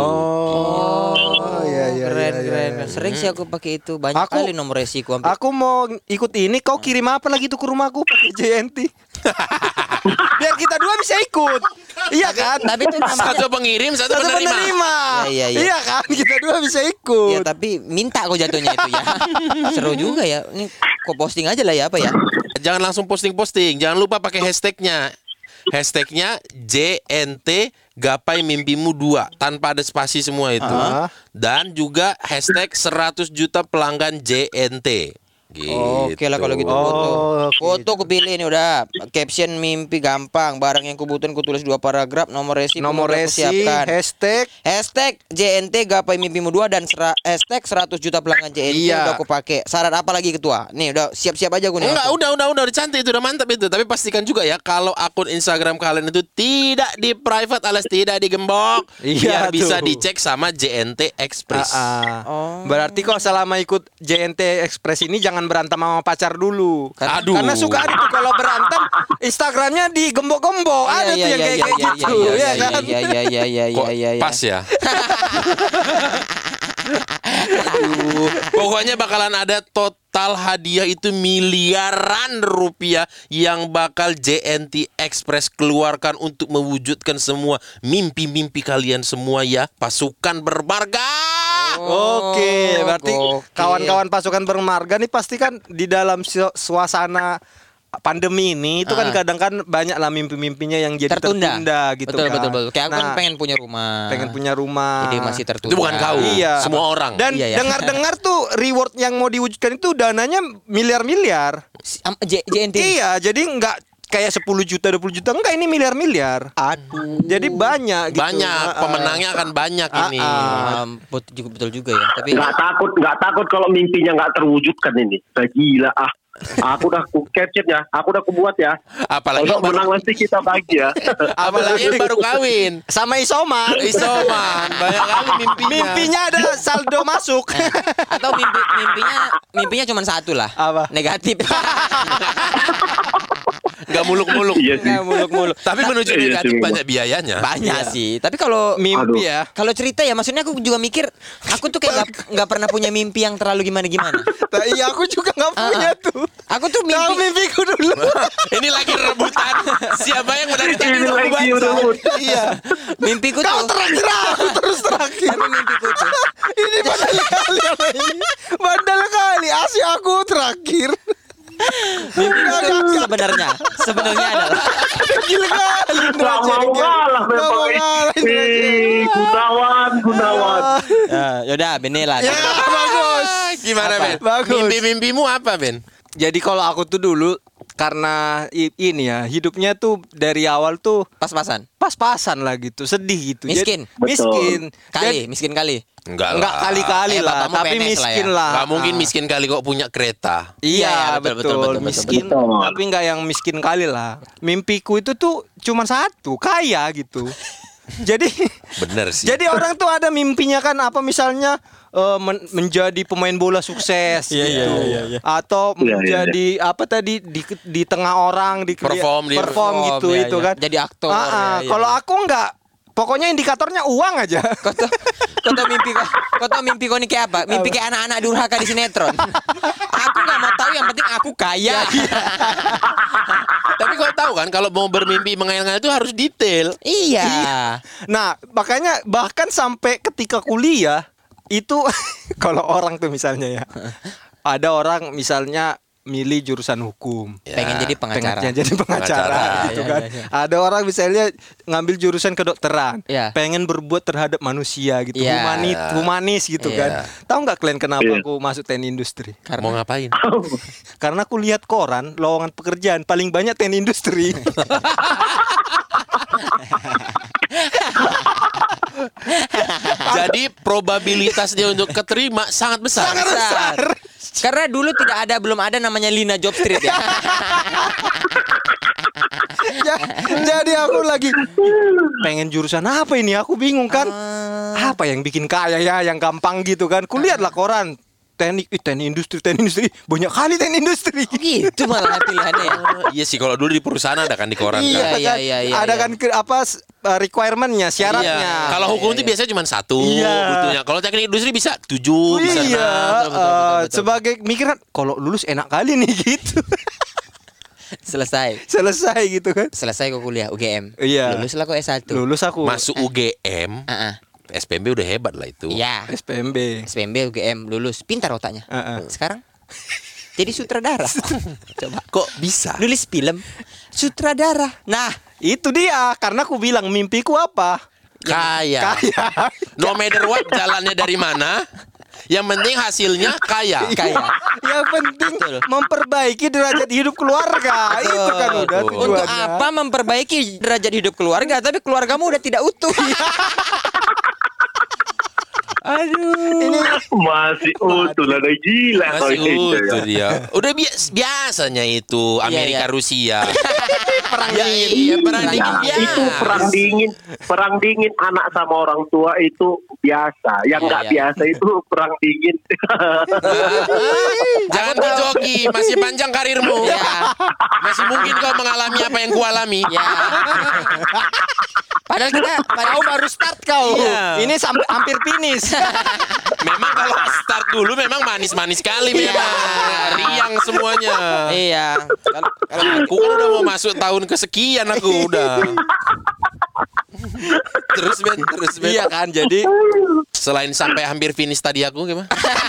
Iya. Keren. Sering sih aku pakai itu. Banyak Aku- kali nomor resiku ambil. Aku mau ikut ini, kau kirim apa lagi tuh ke rumahku pakai JNT? Biar kita dua bisa ikut. Iya kan? Tapi itu namanya Satu pengirim, satu Satu penerima. penerima. Iya. Iya kan? Kita dua bisa ya, ikut. tapi minta kok jatuhnya itu ya. Seru juga ya. Ini kok posting aja lah ya apa ya? Jangan langsung posting-posting. Jangan lupa pakai hashtagnya. Hashtagnya JNT Gapai Mimpimu 2 tanpa ada spasi semua itu. Dan juga hashtag 100 juta pelanggan JNT. Gitu. Oke lah kalau gitu foto. oke. Foto kupilih nih udah. Caption mimpi gampang. Barang yang kubutuhin kutulis 2 paragraf. Nomor resi Nomor udah resi, kusiapkan. hashtag JNT Gapai Mimpimu 2 dan hashtag 100 juta pelanggan JNT Iya. udah aku pakai. Syarat apa lagi ketua? Nih udah siap-siap aja gue nih. Enggak, udah cantik itu, udah mantap itu. Tapi pastikan juga ya kalau akun Instagram kalian itu tidak di private alias tidak digembok, Iya biar bisa tuh. dicek sama JNT Express. Berarti kok selama ikut JNT Express ini jangan berantem sama pacar dulu. Aduh. Karena suka ada tuh kalau berantem Instagramnya digembok-gembok. Ada tuh yang kayak gitu, ya kan? Kok pas ya? Pokoknya bakalan ada total hadiah itu miliaran rupiah yang bakal JNT Express keluarkan untuk mewujudkan semua mimpi-mimpi kalian semua ya. Pasukan bermarga. Oke, berarti gokil. kawan-kawan pasukan bermarga nih pasti kan di dalam suasana pandemi ini itu kan kadang kan banyak lah mimpi-mimpinya yang jadi tertunda gitu betul, kan. Betul. Kayak aku kan Nah, pengen punya rumah. pengen punya rumah. Jadi masih tertunda. Itu bukan kau. Iya. Semua orang. Dan Iya, ya. dengar-dengar tuh reward yang mau diwujudkan itu dananya miliar-miliar. JNT. Iya, jadi nggak kayak 10 juta, 20 juta. Enggak, ini miliar-miliar. Aduh. Jadi banyak gitu. Banyak, pemenangnya akan banyak ini. Betul juga ya. Tapi Nggak takut kalau mimpinya nggak terwujudkan ini. Gila ah. Aku udah caption ya, aku udah buat ya. Apalagi Kalau menang nanti kita bahagia. apalagi yang baru kawin. Sama Isoman. Isoman, banyak kali mimpinya. Mimpinya ada saldo masuk. atau mimpinya cuma satu lah. Apa? Negatif. Nggak Nggak muluk-muluk. Iya sih. Nggak muluk-muluk. Tapi menuju Iya sih, negatif memang. banyak biayanya. Banyak sih. Tapi kalau Mimpi Aduh. ya. kalau cerita ya, maksudnya aku juga mikir, aku tuh kayak nggak pernah punya mimpi yang terlalu gimana-gimana. Iya aku juga nggak punya tuh. Aku tuh Tahu mimpi. mimpiku dulu. Ini lagi rebutan. Siapa yang dari tadi Ini udah lagi baca? udah Iya. Mimpiku Kau tuh. terakhir aku terus terakhir. Tapi mimpiku tuh. Ini bandel kali apa ini? Bandel kali. Asli aku terakhir. Mimpiku tuh sebenarnya adalah Gila kali. Gak mau ngalah Nggak mau memang. ngalah, Indra Jengkel. Gunawan. yaudah Benela. Ya bagus. Gimana, Apa? Ben? Bagus. Mimpi-mimpimu apa, Ben? Jadi kalau aku tuh dulu karena ini ya hidupnya tuh dari awal tuh Pas-pasan. pas-pasan lah gitu, sedih gitu. Miskin. Jadi, miskin. Miskin kali. Enggak Enggak kali-kali lah, bapakmu tapi PNS lah miskin ya. lah. Nggak mungkin miskin kali kok punya kereta. Iya, Iya, betul, miskin, betul. tapi nggak yang miskin kali lah. Mimpiku itu tuh cuma satu, kaya gitu. Jadi Bener sih. jadi orang tuh ada mimpinya kan apa misalnya menjadi pemain bola sukses Iya, gitu. iya. Atau Iya, iya, menjadi apa tadi di tengah orang Perform, perform gitu iya, itu iya. kan. Jadi aktor, Ah, ah. iya, iya. Kalau aku nggak, pokoknya indikatornya uang aja. Kau tau mimpi kau ini kayak apa? Mimpi kayak anak-anak durhaka di sinetron. Aku nggak mau tahu, yang penting aku kaya. Tapi kau tahu kan kalau mau bermimpi mengayal-ngayal itu harus detail. Iya. Nah, makanya bahkan sampai ketika kuliah itu kalau orang tuh misalnya ya. Ada orang misalnya milih jurusan hukum. Ya. Pengen jadi pengacara. Pengen jadi pengacara Pengacara. gitu Iya, kan. iya, iya. Ada orang misalnya ngambil jurusan kedokteran, Iya. pengen berbuat terhadap manusia gitu, Iya. humanis gitu Iya. kan. Tahu nggak kalian kenapa Iya. aku masuk teknik industri? Mau ngapain? Karena aku lihat koran lowongan pekerjaan paling banyak teknik industri. Jadi probabilitas dia untuk keterima sangat besar. Sangat besar. Karena dulu belum ada namanya Lina Job Street ya. Jadi aku lagi pengen jurusan apa ini? Aku bingung kan. Apa yang bikin kaya ya, yang gampang gitu kan? Kulihatlah koran. Teknik industri banyak kali teknik industri. Gitu malah pilihannya ya. Iya sih, kalau dulu di perusahaan ada kan di koran kan. Iya, kan? iya, Ada iya. kan requirement-nya, syaratnya. Iya. Kalau hukum itu biasanya cuma satu Iya. butuhnya. Kalau teknik industri bisa 7, bisa 6. Iya, betul. sebagai mikiran kalau lulus enak kali nih gitu. Selesai Gitu kan. kau kuliah UGM. Iya. Luluslah kau S1. Lulus aku Masuk UGM, SPMB udah hebat lah itu. Iya. SPMB. SPMB UGM lulus, pintar otaknya. Sekarang jadi sutradara. Coba. Kok bisa? Nulis film sutradara. Nah, Itu dia, karena aku bilang mimpiku apa? Kaya. No matter what jalannya dari mana, yang penting hasilnya kaya. kayak Yang penting memperbaiki derajat hidup keluarga. Itu kan udah Betul. tujuannya. untuk apa memperbaiki derajat hidup keluarga tapi keluargamu udah tidak utuh. Aduh. Ini Masih utuh lah, dah gila kau Masih ini, utuh ya. dia. Udah biasanya itu Amerika iya. Rusia. perang Ya, dingin. iya, perang dingin Nah, biasa. itu perang dingin anak sama orang tua itu biasa. Yang Iya, nggak iya. biasa itu perang dingin. Jangan dijoki, masih panjang karirmu. Ya. Masih mungkin kau mengalami apa yang kualami. Ya. Padahal kita Kau baru start kau. Iya. Ini sampai hampir finish. Memang kalau start dulu memang manis-manis sekali memang. Riang semuanya. Iya. Aku kan udah mau masuk tahun kesekian aku udah. Terus Ben. Iya kan, jadi Selain sampai hampir finish tadi aku gimana?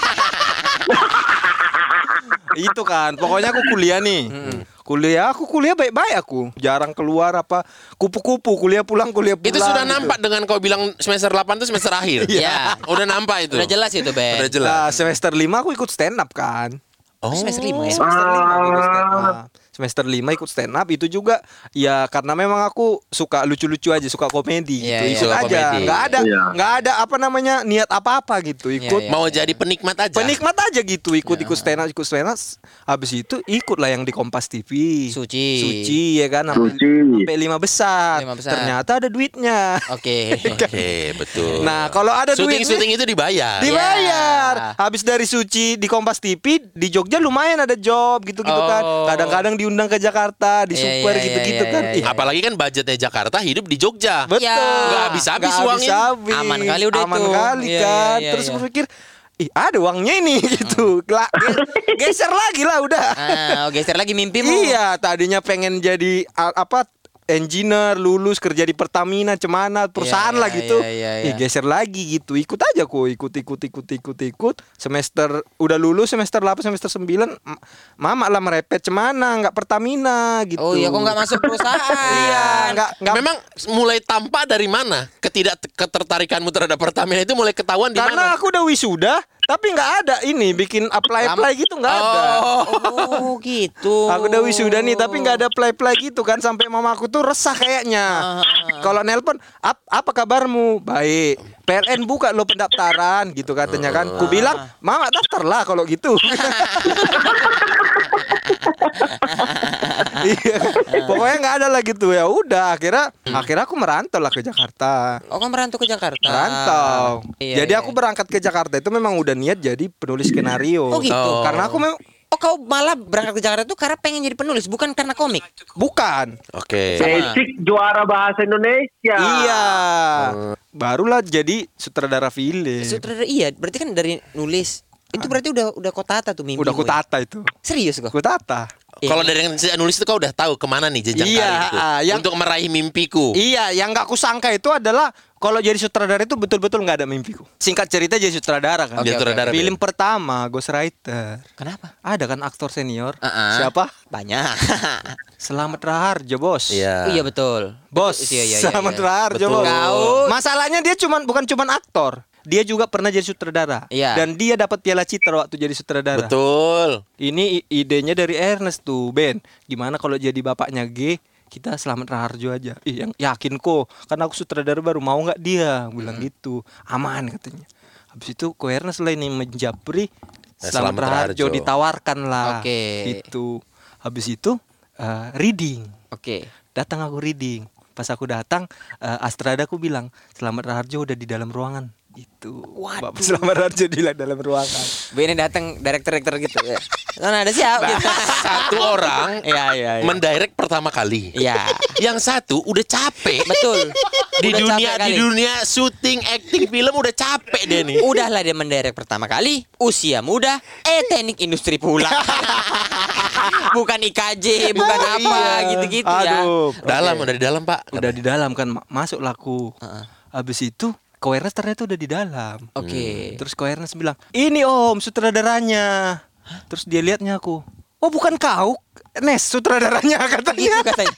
itu kan. Pokoknya aku kuliah nih. Aku kuliah baik-baik aku. Jarang keluar apa kupu-kupu, kuliah pulang. Itu sudah gitu. nampak dengan kau bilang semester 8 itu semester akhir. Iya. Udah nampak itu. Udah jelas itu, Ben. Udah jelas. Nah, semester 5 aku ikut stand up kan. Oh. Semester 5 ya. Semester 5 aku ikut stand up. Semester 5 ikut stand up itu juga ya karena memang aku suka lucu-lucu aja, suka komedi Iya, gitu. iya. Ikut Suka aja. komedi. Iya. Enggak ada apa namanya niat apa-apa gitu. Ikut Iya. Mau jadi penikmat aja. penikmat aja gitu, ikut stand up. Habis itu ikutlah yang di Kompas TV. Suci. ya kan Suci. sampai 5 besar. Lima besar. Ternyata ada duitnya. Oke. Oke, betul. Nah, kalau ada duitnya syuting itu dibayar. dibayar. Ya. Habis dari Suci di Kompas TV di Jogja lumayan ada job gitu-gitu Oh. kan. Kadang-kadang di diundang ke Jakarta di Iya, Super iya, gitu-gitu iya, kan. iya, Ih, Apalagi kan budgetnya Jakarta hidup di Jogja. betul. Ya. Nggak habis-habis Nggak uangnya. habis-habis. Aman kali udah Aman itu. kali Iya, kan. iya, Terus iya. gue pikir, ih ada uangnya ini gitu. Geser lagi lah udah. Geser lagi mimpimu. Iya, tadinya pengen jadi engineer, lulus kerja di Pertamina, cemana perusahaan Iya, lah iya, gitu. iya, iya. Geser lagi gitu. Ikut aja kok, ikut. Semester udah lulus semester 8, semester 9, mama lah merepet cemana, nggak Pertamina gitu. Oh iya, kok nggak masuk perusahaan? Iya, nggak. Memang mulai tampak dari mana? Ketertarikanmu terhadap Pertamina itu mulai ketahuan di Karena mana? aku udah wisuda, tapi nggak ada ini bikin apply gitu nggak ada. Oh gitu. Aku udah wisuda nih tapi nggak ada play gitu kan, sampai mama aku tuh resah kayaknya. Kalau nelpon, apa kabarmu? Baik. PLN buka lo pendaftaran gitu katanya kan. Ku bilang, mama daftar lah kalau gitu. Iya. Pokoknya nggak ada lah gitu. Ya udah, akhirnya aku merantau lah ke Jakarta. Oh, kamu merantau ke Jakarta. Merantau. Iya, Jadi iya. aku berangkat ke Jakarta itu memang udah niat jadi penulis skenario. Oh, gitu. Karena aku memang Oh, kau malah berangkat ke Jakarta tuh karena pengen jadi penulis, bukan karena komik. bukan. Oke. Basic juara bahasa Indonesia. Iya. Barulah jadi sutradara film. Sutradara iya, berarti kan dari nulis. Itu berarti udah kau tata tuh mimpi. Udah kutata itu. Serius kok? Kutata. Iya. Kalau dari yang nulis itu kau udah tahu kemana nih jejak Iya, karirku yang- untuk meraih mimpiku. Iya, yang nggak kusangka itu adalah kalau jadi sutradara itu betul-betul nggak ada mimpiku. Singkat cerita jadi sutradara kan. Oke, Dia sutradara, Film pertama ghostwriter. Kenapa? Ada kan aktor senior. Uh-uh. Siapa? Banyak. Selamat Raharjo, Bos. Iya. Oh, iya betul. Bos. Iya, iya, iya, Selamat iya. Raharjo, Betul. Bos. Kau- Masalahnya dia bukan cuman aktor. Dia juga pernah jadi sutradara. Iya. Dan dia dapat Piala Citra waktu jadi sutradara. Betul. Ini idenya dari Ernest tuh, Ben. Gimana kalau jadi bapaknya G, kita Selamat Raharjo aja. Ih, yang yakin kok, karena aku sutradara baru, mau nggak dia? Bilang gitu. Aman katanya. Habis itu ko Ernest lah ini menjapri Selamat Selamat Raharjo, Raharjo. ditawarkan lah. Oke. Gitu. Habis itu reading. Oke. Datang aku reading. Pas aku datang, Astrada aku bilang, Selamat Raharjo udah di dalam ruangan. Itu. Waduh. Bapak Selamat Raharjo di dalam ruangan. Ini datang director gitu ya. Sana ada siapa gitu. Satu orang Iya, iya, iya. mendirect pertama kali. Iya. Yang satu udah capek. Betul. Di Udah dunia capek kali. di dunia syuting acting film udah capek dia nih. Udahlah dia mendirect pertama kali, usia muda, teknik industri pula. Bukan IKJ, bukan apa gitu-gitu ya. Aduh. Dalam udah di dalam, Pak. Udah di dalam kan, masuk laku. Habis itu Ko Ernest ternyata udah di dalam. Oke. Terus Ko Ernest bilang, ini om sutradaranya. Terus dia lihatnya aku, oh bukan kau, Nes sutradaranya Gitu katanya. katanya.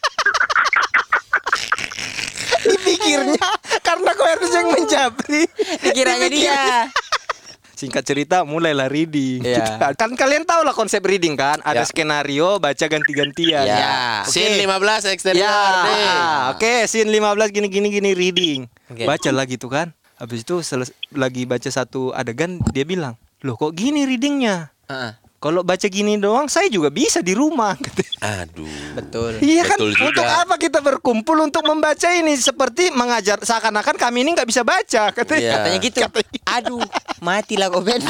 Dipikirnya karena Ko Ernest yang menjabri. Dikiranya dia. Singkat cerita mulailah reading. Iya. Kan kalian tahu lah konsep reading kan, ada Ya. skenario, baca ganti-gantian. Ya. Oke. Scene 15 eksterior deh. Oke, scene 15 gini reading. Oke. Baca lah gitu kan. Habis itu lagi baca satu adegan, dia bilang, "Loh kok gini readingnya? Heeh. Kalau baca gini doang saya juga bisa di rumah." Aduh. Betul. Iya kan, Betul juga. untuk apa kita berkumpul untuk membaca ini, seperti mengajar seakan-akan kami ini nggak bisa baca katanya. Iya. Katanya gitu. Aduh, matilah kau Ben.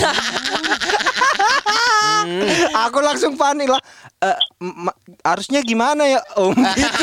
Aku langsung panik lah. Harusnya gimana ya Om? Gitu.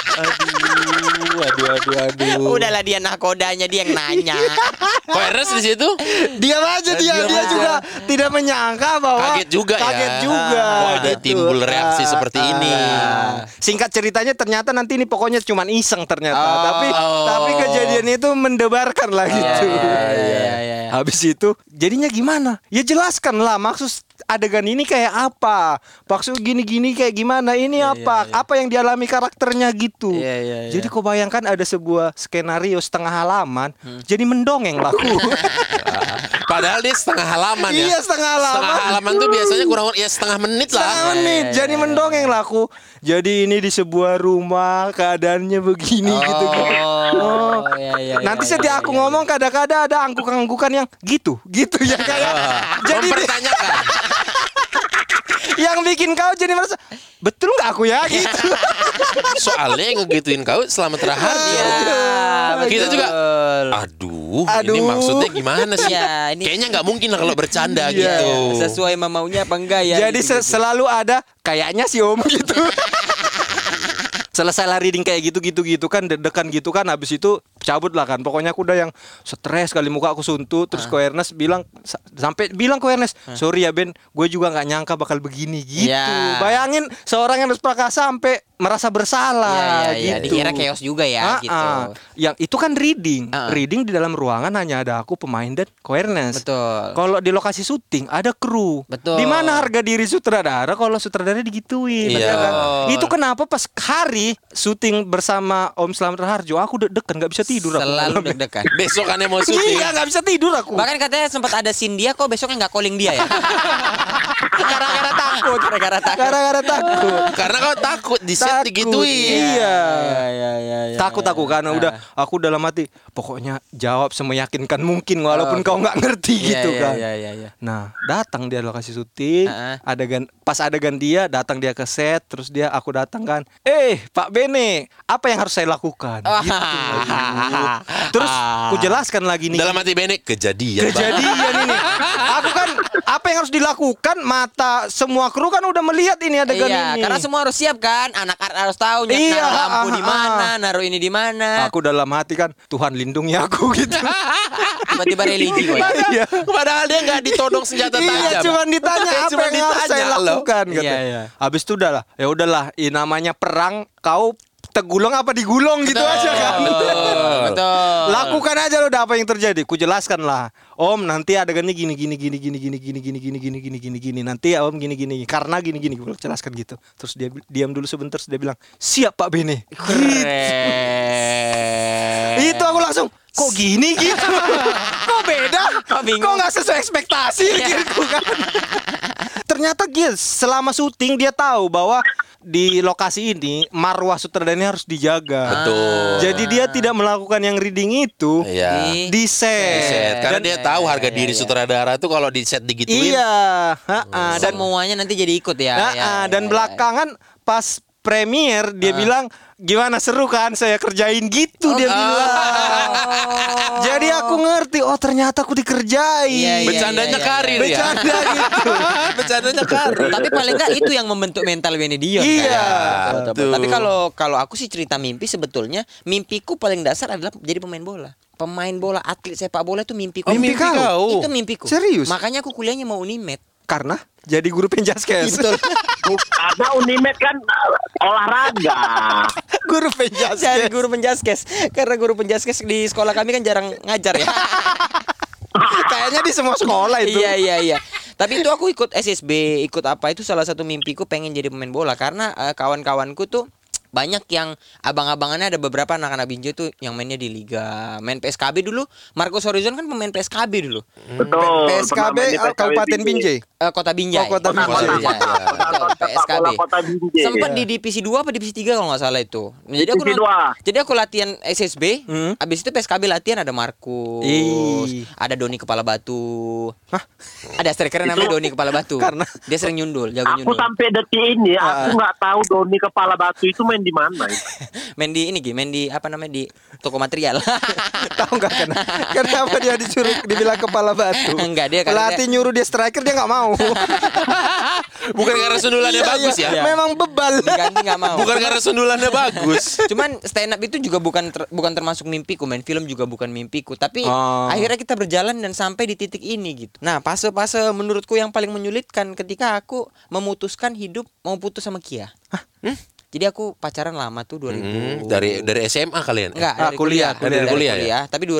Aduh. Udahlah dia nakodanya, dia yang nanya. Kok Ernest di situ? Diam aja dia Diam aja. juga tidak menyangka bahwa Kaget juga ya. Kaget juga. Wah, ada gitu. timbul reaksi seperti ini. Singkat ceritanya ternyata nanti ini pokoknya cuman iseng ternyata. Oh. Tapi kejadian itu mendebarkan lah gitu. iya. Habis itu jadinya gimana? Ya jelaskan lah maksud adegan ini kayak apa? Maksud gini-gini kayak gimana? Ini apa? Apa yang dialami karakternya gitu. Iya. Jadi kau bayangkan ada sebuah skenario setengah halaman, jadi mendongeng lah aku. Padahal dia setengah halaman ya. Iya, setengah halaman. Setengah halaman tuh biasanya kurang ya setengah menit lah. Setengah menit, jadi mendongeng lah aku. Jadi ini di sebuah rumah keadaannya begini gitu. Oh, iya. Nanti setiap aku ngomong kadang-kadang ada anggukan-anggukan yang gitu ya kayak. Jadi Mempertanyakan. yang bikin kau jadi merasa betul nggak aku ya gitu. Soalnya yang ngegituin kau Selamat Raharjo. Iya, Kita juga Aduh, Aduh. ini maksudnya gimana sih? Ya, ini Kayaknya nggak mungkin lah kalau bercanda Iya. gitu. sesuai maunya apa enggak ya? Jadi gitu-gitu. selalu ada kayaknya sih Om gitu. Selesai lah reading kayak gitu kan deg-degan gitu kan, habis itu cabut lah kan. Pokoknya aku udah yang stres kali, muka aku suntuk. Terus ko Ernest bilang sampai bilang ko Ernest, sorry ya Ben, gue juga nggak nyangka bakal begini gitu. Ya. Bayangin seorang Ernest Prakasa sampai merasa bersalah Iya, gitu. dikira chaos juga ya gitu. Yang itu kan reading. Ah. Reading di dalam ruangan hanya ada aku, pemain dan ko Ernest. Betul. Kalau di lokasi syuting ada kru. Betul. Di mana harga diri sutradara kalau sutradara digituin? Iya. ya kan? Betul. Itu kenapa pas hari syuting bersama Om Slamet Raharjo aku deg-degan nggak bisa tidur aku. Selalu deg-degan. Besokannya mau syuting. Iya nggak bisa tidur aku. Bahkan katanya sempat ada scene dia kok besoknya nggak calling dia ya. Gara-gara takut. Gara-gara takut. Gara-gara takut. Karena kau takut di set Takut. digituin. Iya. Iya. Takut aku karena udah aku dalam hati pokoknya jawab semeyakinkan mungkin walaupun kau nggak ngerti gitu kan. Iya. Nah, datang dia lokasi syuting, pas adegan dia datang dia ke set, terus aku datang kan. Pak Bene, apa yang harus saya lakukan? Gitu. Terus ku jelaskan lagi nih. Dalam hati Bene kejadian. Bang. Kejadian ini. Aku kan apa yang harus dilakukan? Mata semua kru kan udah melihat ini adegan Iya, ini. karena semua harus siap kan. Anak art harus tahu Iya, naruh lampu di ah, mana, naruh ini di mana. Aku dalam hati kan Tuhan lindungi aku gitu. Tiba-tiba religi gue. Iya. Padahal dia nggak ditodong senjata tajam. Iya, cuman ditanya apa Cuman yang harus saya ditanya loh. lakukan gitu. Iya. Habis itu udahlah, ya udahlah, namanya perang, kau tegulung apa digulung gitu aja kan. Betul. Lakukan aja lo, udah apa yang terjadi. Ku jelaskan lah. Om nanti adegannya gini. Nanti Om gini. Karena gini. Gue jelaskan gitu. Terus dia diam dulu sebentar, terus dia bilang, "Siap Pak Bene." Keren. Itu aku langsung, kok gini gitu. Kok beda? Kok bingung? Kok nggak sesuai ekspektasi pikirku kan. Ternyata selama syuting dia tahu bahwa di lokasi ini marwah sutradaranya harus dijaga. Betul. Jadi dia tidak melakukan yang reading itu Iya. di set. Set. Karena dia tahu harga diri sutradara tuh kalau di set digituin. Iya, Dan semuanya nanti jadi ikut ya. dan belakangan pas premier dia bilang, "Gimana, seru kan saya kerjain gitu?" Dia bilang. Jadi aku ngerti, oh ternyata aku dikerjain. Iya, Bercandanya iya. karir ya. Bercanda gitu. Bercandanya karir. Tapi paling enggak itu yang membentuk mental Benedion. Iya, Betul. betul. Tapi kalau aku sih cerita mimpi, sebetulnya mimpiku paling dasar adalah jadi pemain bola. Pemain bola, atlet sepak bola itu mimpiku. Oh, mimpi kau? Itu mimpiku. Serius? Makanya aku kuliahnya mau Unimed. Karena jadi guru penjaskes. Betul. Ada Unimed kan olahraga. Guru penjaskes. Jadi guru penjaskes. Karena guru penjaskes di sekolah kami kan jarang ngajar ya. Kayaknya di semua sekolah itu. Iya. Tapi itu aku ikut SSB, ikut apa, itu salah satu mimpiku pengen jadi pemain bola. Karena kawan-kawanku tuh banyak yang abang-abangannya, ada beberapa anak-anak Binjai tuh yang mainnya di liga, main PSKB dulu. Marcos Horizon kan pemain PSKB dulu. Betul. PSKB Kabupaten Binjai. Kota Binjai. Oh, Kota Binjai. Betul, PSKB. Kota Binjai. Sempat di divisi 2 apa divisi 3 kalau nggak salah itu. Nah, jadi aku latihan SSB, habis itu PSKB latihan ada Markus, ada Doni Kepala Batu. Ada striker namanya Doni Kepala Batu. Karena dia sering nyundul, jago Aku nyundul. sampai detik ini aku nggak tahu Doni Kepala Batu itu main di mana. main di apa namanya, di toko material. tahu nggak kenapa dia dibilang kepala batu? Enggak, dia karena pelatih nyuruh dia striker, dia nggak mau. Bukan karena sundulannya bagus ya. Memang bebal. diganti nggak mau. Bukan karena sundulannya bagus. Cuman stand up itu juga bukan termasuk mimpiku, main film juga bukan mimpiku, tapi akhirnya kita berjalan dan sampai di titik ini gitu. Nah, fase menurutku yang paling menyulitkan ketika aku memutuskan hidup mau putus sama Kia. Jadi aku pacaran lama tuh 2000. Dari SMA kalian? Enggak, dari kuliah. Dari Kuliah kuliah, ya? tapi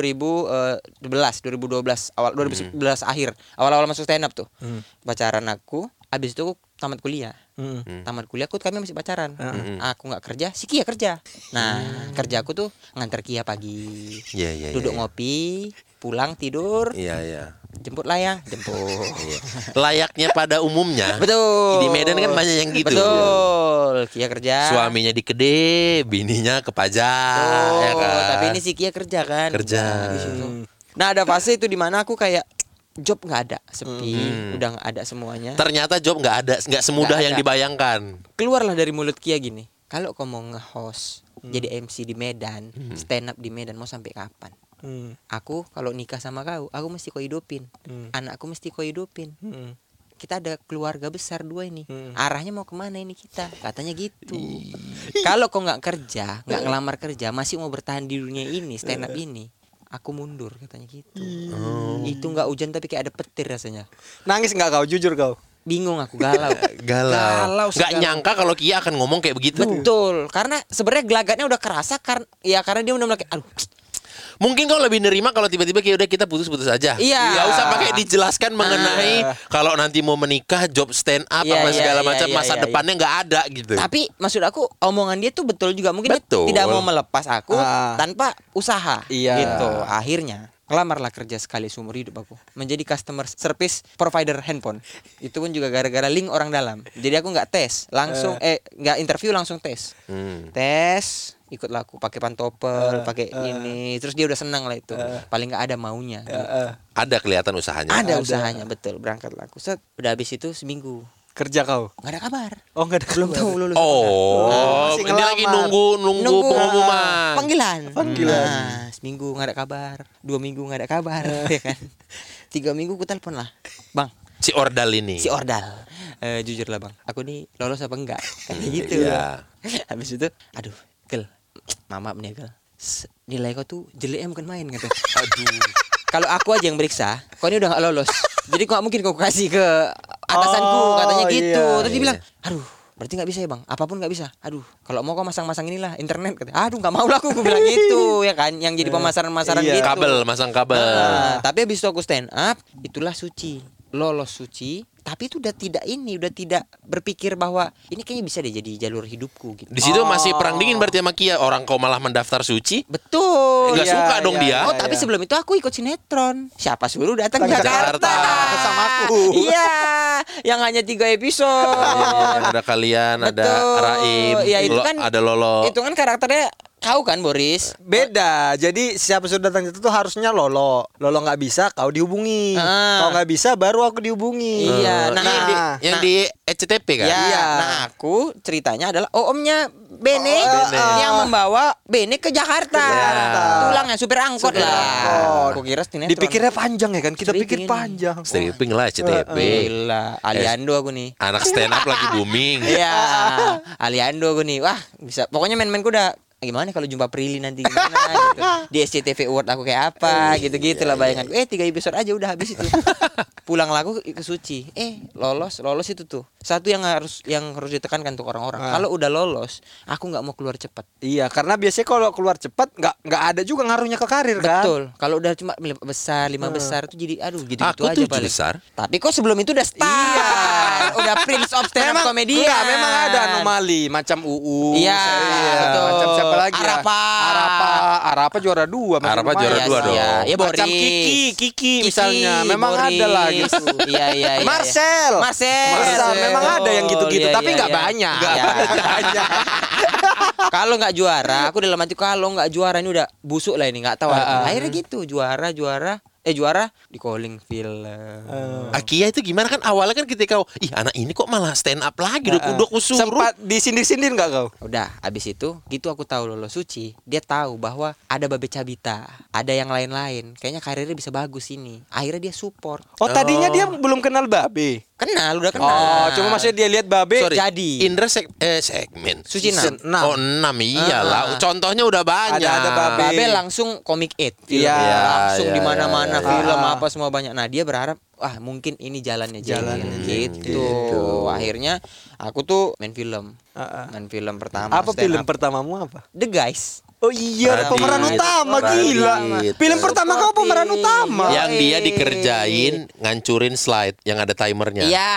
2012 awal 2011 akhir. Awal-awal masuk stand up tuh. Pacaran aku, habis itu aku tamat kuliah. Tamat kuliah kami masih pacaran. Aku nggak kerja, si Kia kerja. Nah, kerja aku tuh nganter Kia pagi. Iya. Duduk ngopi, pulang tidur, Iya. jemput layang, jemput. Layaknya pada umumnya. Betul. Di Medan kan banyak yang gitu. Betul. Kia kerja. Suaminya di Kede, bininya ke pajak, Oh, ya kan? tapi ini si Kia kerja kan. Kerja. Nah, di situ. Nah, ada fase itu di mana aku kayak job nggak ada, sepi, udah nggak ada semuanya. Ternyata job nggak ada, nggak semudah Nggak yang ada. dibayangkan. Keluarlah dari mulut Kia gini. Kalau kau mau nge-host jadi MC di Medan, stand up di Medan, mau sampai kapan? Aku kalau nikah sama kau, aku mesti kau hidupin. Anakku mesti kau hidupin. Kita ada keluarga besar 2 ini. Arahnya mau kemana ini kita? Katanya gitu. Kalau kau nggak kerja, nggak ngelamar kerja, masih mau bertahan di dunia ini, stand up ini, aku mundur, katanya gitu. Itu nggak hujan tapi kayak ada petir rasanya. Nangis nggak kau? Jujur kau? Bingung aku, galau. Galau. Gak segalau. nyangka kalau Kia akan ngomong kayak begitu. Betul, karena sebenarnya gelagatnya udah kerasa karena dia udah mulai aduh. Mungkin kau lebih nerima kalau tiba-tiba kayak udah kita putus-putus aja. Iya. Gak usah pakai dijelaskan mengenai kalau nanti mau menikah, job stand up apa segala macam, masa depannya nggak ada gitu. Tapi maksud aku omongan dia tuh betul juga. Mungkin Betul. dia tidak mau melepas aku tanpa usaha. Iya. Gitu. Akhirnya ngelamarlah kerja sekali seumur hidup aku menjadi customer service provider handphone. Itu pun juga gara-gara link orang dalam. Jadi aku nggak tes langsung nggak interview, langsung tes. Tes, ikutlah aku pakai pantopel, pakai ini, terus dia udah senang lah itu. Paling nggak ada maunya. Ada kelihatan usahanya. Ada usahanya, betul. Berangkatlah aku. Set, udah habis itu seminggu Kerja kau? nggak ada kabar. Oh, nggak ada. Belum tahu lulus. Oh, Masih dia lagi ngelamar. nunggu pengumuman. Panggilan. Panggilan. Nah, seminggu nggak ada kabar, 2 minggu nggak ada kabar, ya kan. 3 minggu ku telepon lah, Bang, Si Ordal ini. si Ordal. Jujur lah Bang, aku nih lolos apa enggak? Kayak gitu. Iya. Habis itu, aduh, Gel, maaf nih Gel, nilai kau tuh jeleknya bukan main kata. Aduh. Kalau aku aja yang meriksa, kau ini udah nggak lolos. Jadi kau nggak mungkin kau kasih ke atasanku, katanya gitu. iya, Terus dia bilang, aduh, berarti nggak bisa ya Bang, apapun nggak bisa. Aduh, kalau mau kau masang-masang inilah internet, katanya. Aduh, nggak mau lah aku bilang gitu, ya kan, yang jadi pemasaran-pemasaran Iya. gitu. Masang kabel. Nah, tapi habis itu aku stand up, itulah suci, lolos suci. Tapi itu udah tidak berpikir bahwa ini kayaknya bisa deh jadi jalur hidupku gitu. Di situ masih perang dingin berarti sama Kia. Orang kau malah mendaftar suci. Betul. Nggak suka dong dia. Oh, tapi sebelum itu aku ikut sinetron. Siapa suruh datang Datang Jakarta sama aku. Iya, yang hanya 3 episode. Ada kalian, ada Betul. Raim, Iya, itu kan ada Lolo. Itu kan karakternya kau kan Boris. Beda. Jadi siapa sudah datang itu tuh harusnya Lolo. Lolo nggak bisa, kau dihubungi. Kau nggak bisa, baru aku dihubungi. Iya, nah, yang di SCTP kan? Ya, Iya. nah aku ceritanya adalah omnya Bene yang membawa Bene ke Jakarta. Tulangnya supir angkot Supir lah. angkot. Aku kira sinetron. Dipikirnya panjang ya kan? Kita pikir Stripping ini. panjang. Stripping lah SCTP. Gila, Aliando aku nih. Anak stand up lagi booming. Iya, Aliando aku nih. Wah, bisa. Pokoknya main-mainku udah gimana kalau jumpa Prilly nanti gimana gitu. Di SCTV Award aku kayak apa gitu-gitu lah bayangan. 3 episode aja udah habis itu. Pulanglah aku ke Suci. Lolos itu tuh. Satu yang harus ditekankan untuk orang-orang. Kalau udah lolos, aku nggak mau keluar cepat. Iya, karena biasanya kalau keluar cepat nggak ada juga ngaruhnya ke karir kan. Betul. Kalau udah cuma 5 besar tuh jadi aduh gitu Aku aja 7 paling. besar. Tapi kok sebelum itu udah star. Iya. Udah Prince of Stand Up Comedian. Enggak, memang ada anomali macam UU. Iya, betul. Macam siapa lagi ya? Arapa juara 2. Arapa juara 2 dong. Ya Macam Boris. Kiki misalnya. Memang Boris. ada lah gitu. Iya. Marcel. Memang ada yang gitu-gitu, Iya, tapi iya, nggak iya. banyak. Iya. Kalau nggak juara, aku dalam hati kalau nggak juara ini udah busuk lah ini, nggak tahu. Akhirnya gitu, juara di calling film. Kia itu gimana kan awalnya kan ketika anak ini kok malah stand up lagi udah aku suruh. Sempat disindir-sindir nggak kau? Udah, abis itu gitu aku tahu lolos Suci. Dia tahu bahwa ada Babe Cabita, ada yang lain-lain. Kayaknya karirnya bisa bagus ini. Akhirnya dia support. Oh, tadinya dia belum kenal Babe. Udah kenal. Oh, cuma maksudnya dia lihat Babe. Sorry, jadi. Indra segmen Suci Season 6. 6. Oh 6 iyalah. Contohnya udah banyak. Ada Babe. Babe langsung komik 8 film. Iya, Langsung iya, di mana-mana iya. film apa semua banyak. Nah, dia berharap mungkin ini jalannya gitu. Akhirnya aku tuh main film. Main film pertama. Apa stand film up. pertamamu apa? The Guys. Oh iya, Radit. pemeran utama Radit. gila. Film pertama kau pemeran utama. Yang dia dikerjain ngancurin slide yang ada timernya. Iya,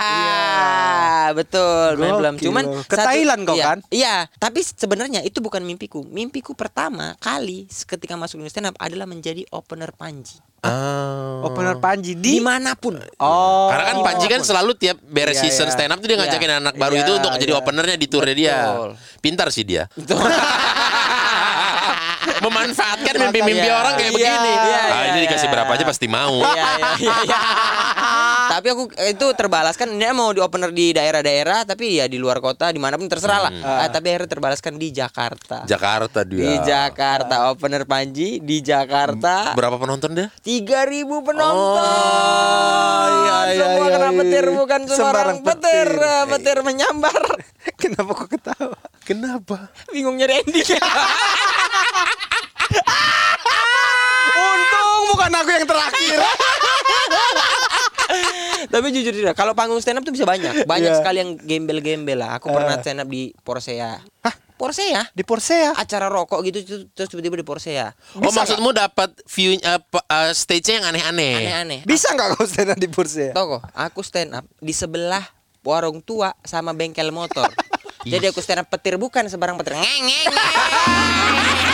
betul main film. Gokil. Cuman Ke Thailand kau kan? Iya, tapi sebenarnya itu bukan mimpiku. Mimpiku pertama kali ketika masuk dunia stand up adalah menjadi opener Panji. Opener Panji Dimanapun. Oh. Karena kan Panji kan selalu tiap beres Iya, season iya. stand up tuh dia ngajakin anak baru Iya, itu untuk jadi iya. openernya di tournya dia. Betul. Pintar sih dia. Memanfaatkan mimpi-mimpi Iya. orang kayak Iya, begini. iya, Ini iya. dikasih berapa aja pasti mau. Iya. Tapi aku itu terbalaskan. Ini mau di opener di daerah-daerah, tapi ya di luar kota, dimanapun terserah lah. Tapi akhirnya terbalaskan di Jakarta. Jakarta dia. Di Jakarta, opener Panji di Jakarta. Berapa penonton dia? 3.000 penonton. iya, Semua iya, kena iya. petir, bukan sembarang Sembarang petir. petir. Petir menyambar. Kenapa kok ketawa? Kenapa? Bingung nyari endingnya. Untung bukan aku yang terakhir. Tapi jujur tidak, kalau panggung stand up tuh bisa banyak Iya. sekali yang gembel-gembel lah. Aku pernah stand up di Porsea. Hah? Porsea? Di Porsea. Acara rokok gitu terus tiba-tiba di Porsea. Oh, maksudmu dapat view stage-nya yang aneh-aneh. Aneh-aneh. Bisa nggak kau stand up di Porsea? Toko, aku stand up di sebelah warung tua sama bengkel motor. Jadi aku stand up petir bukan sembarang petir. Ngeng ngeng. Ngeng.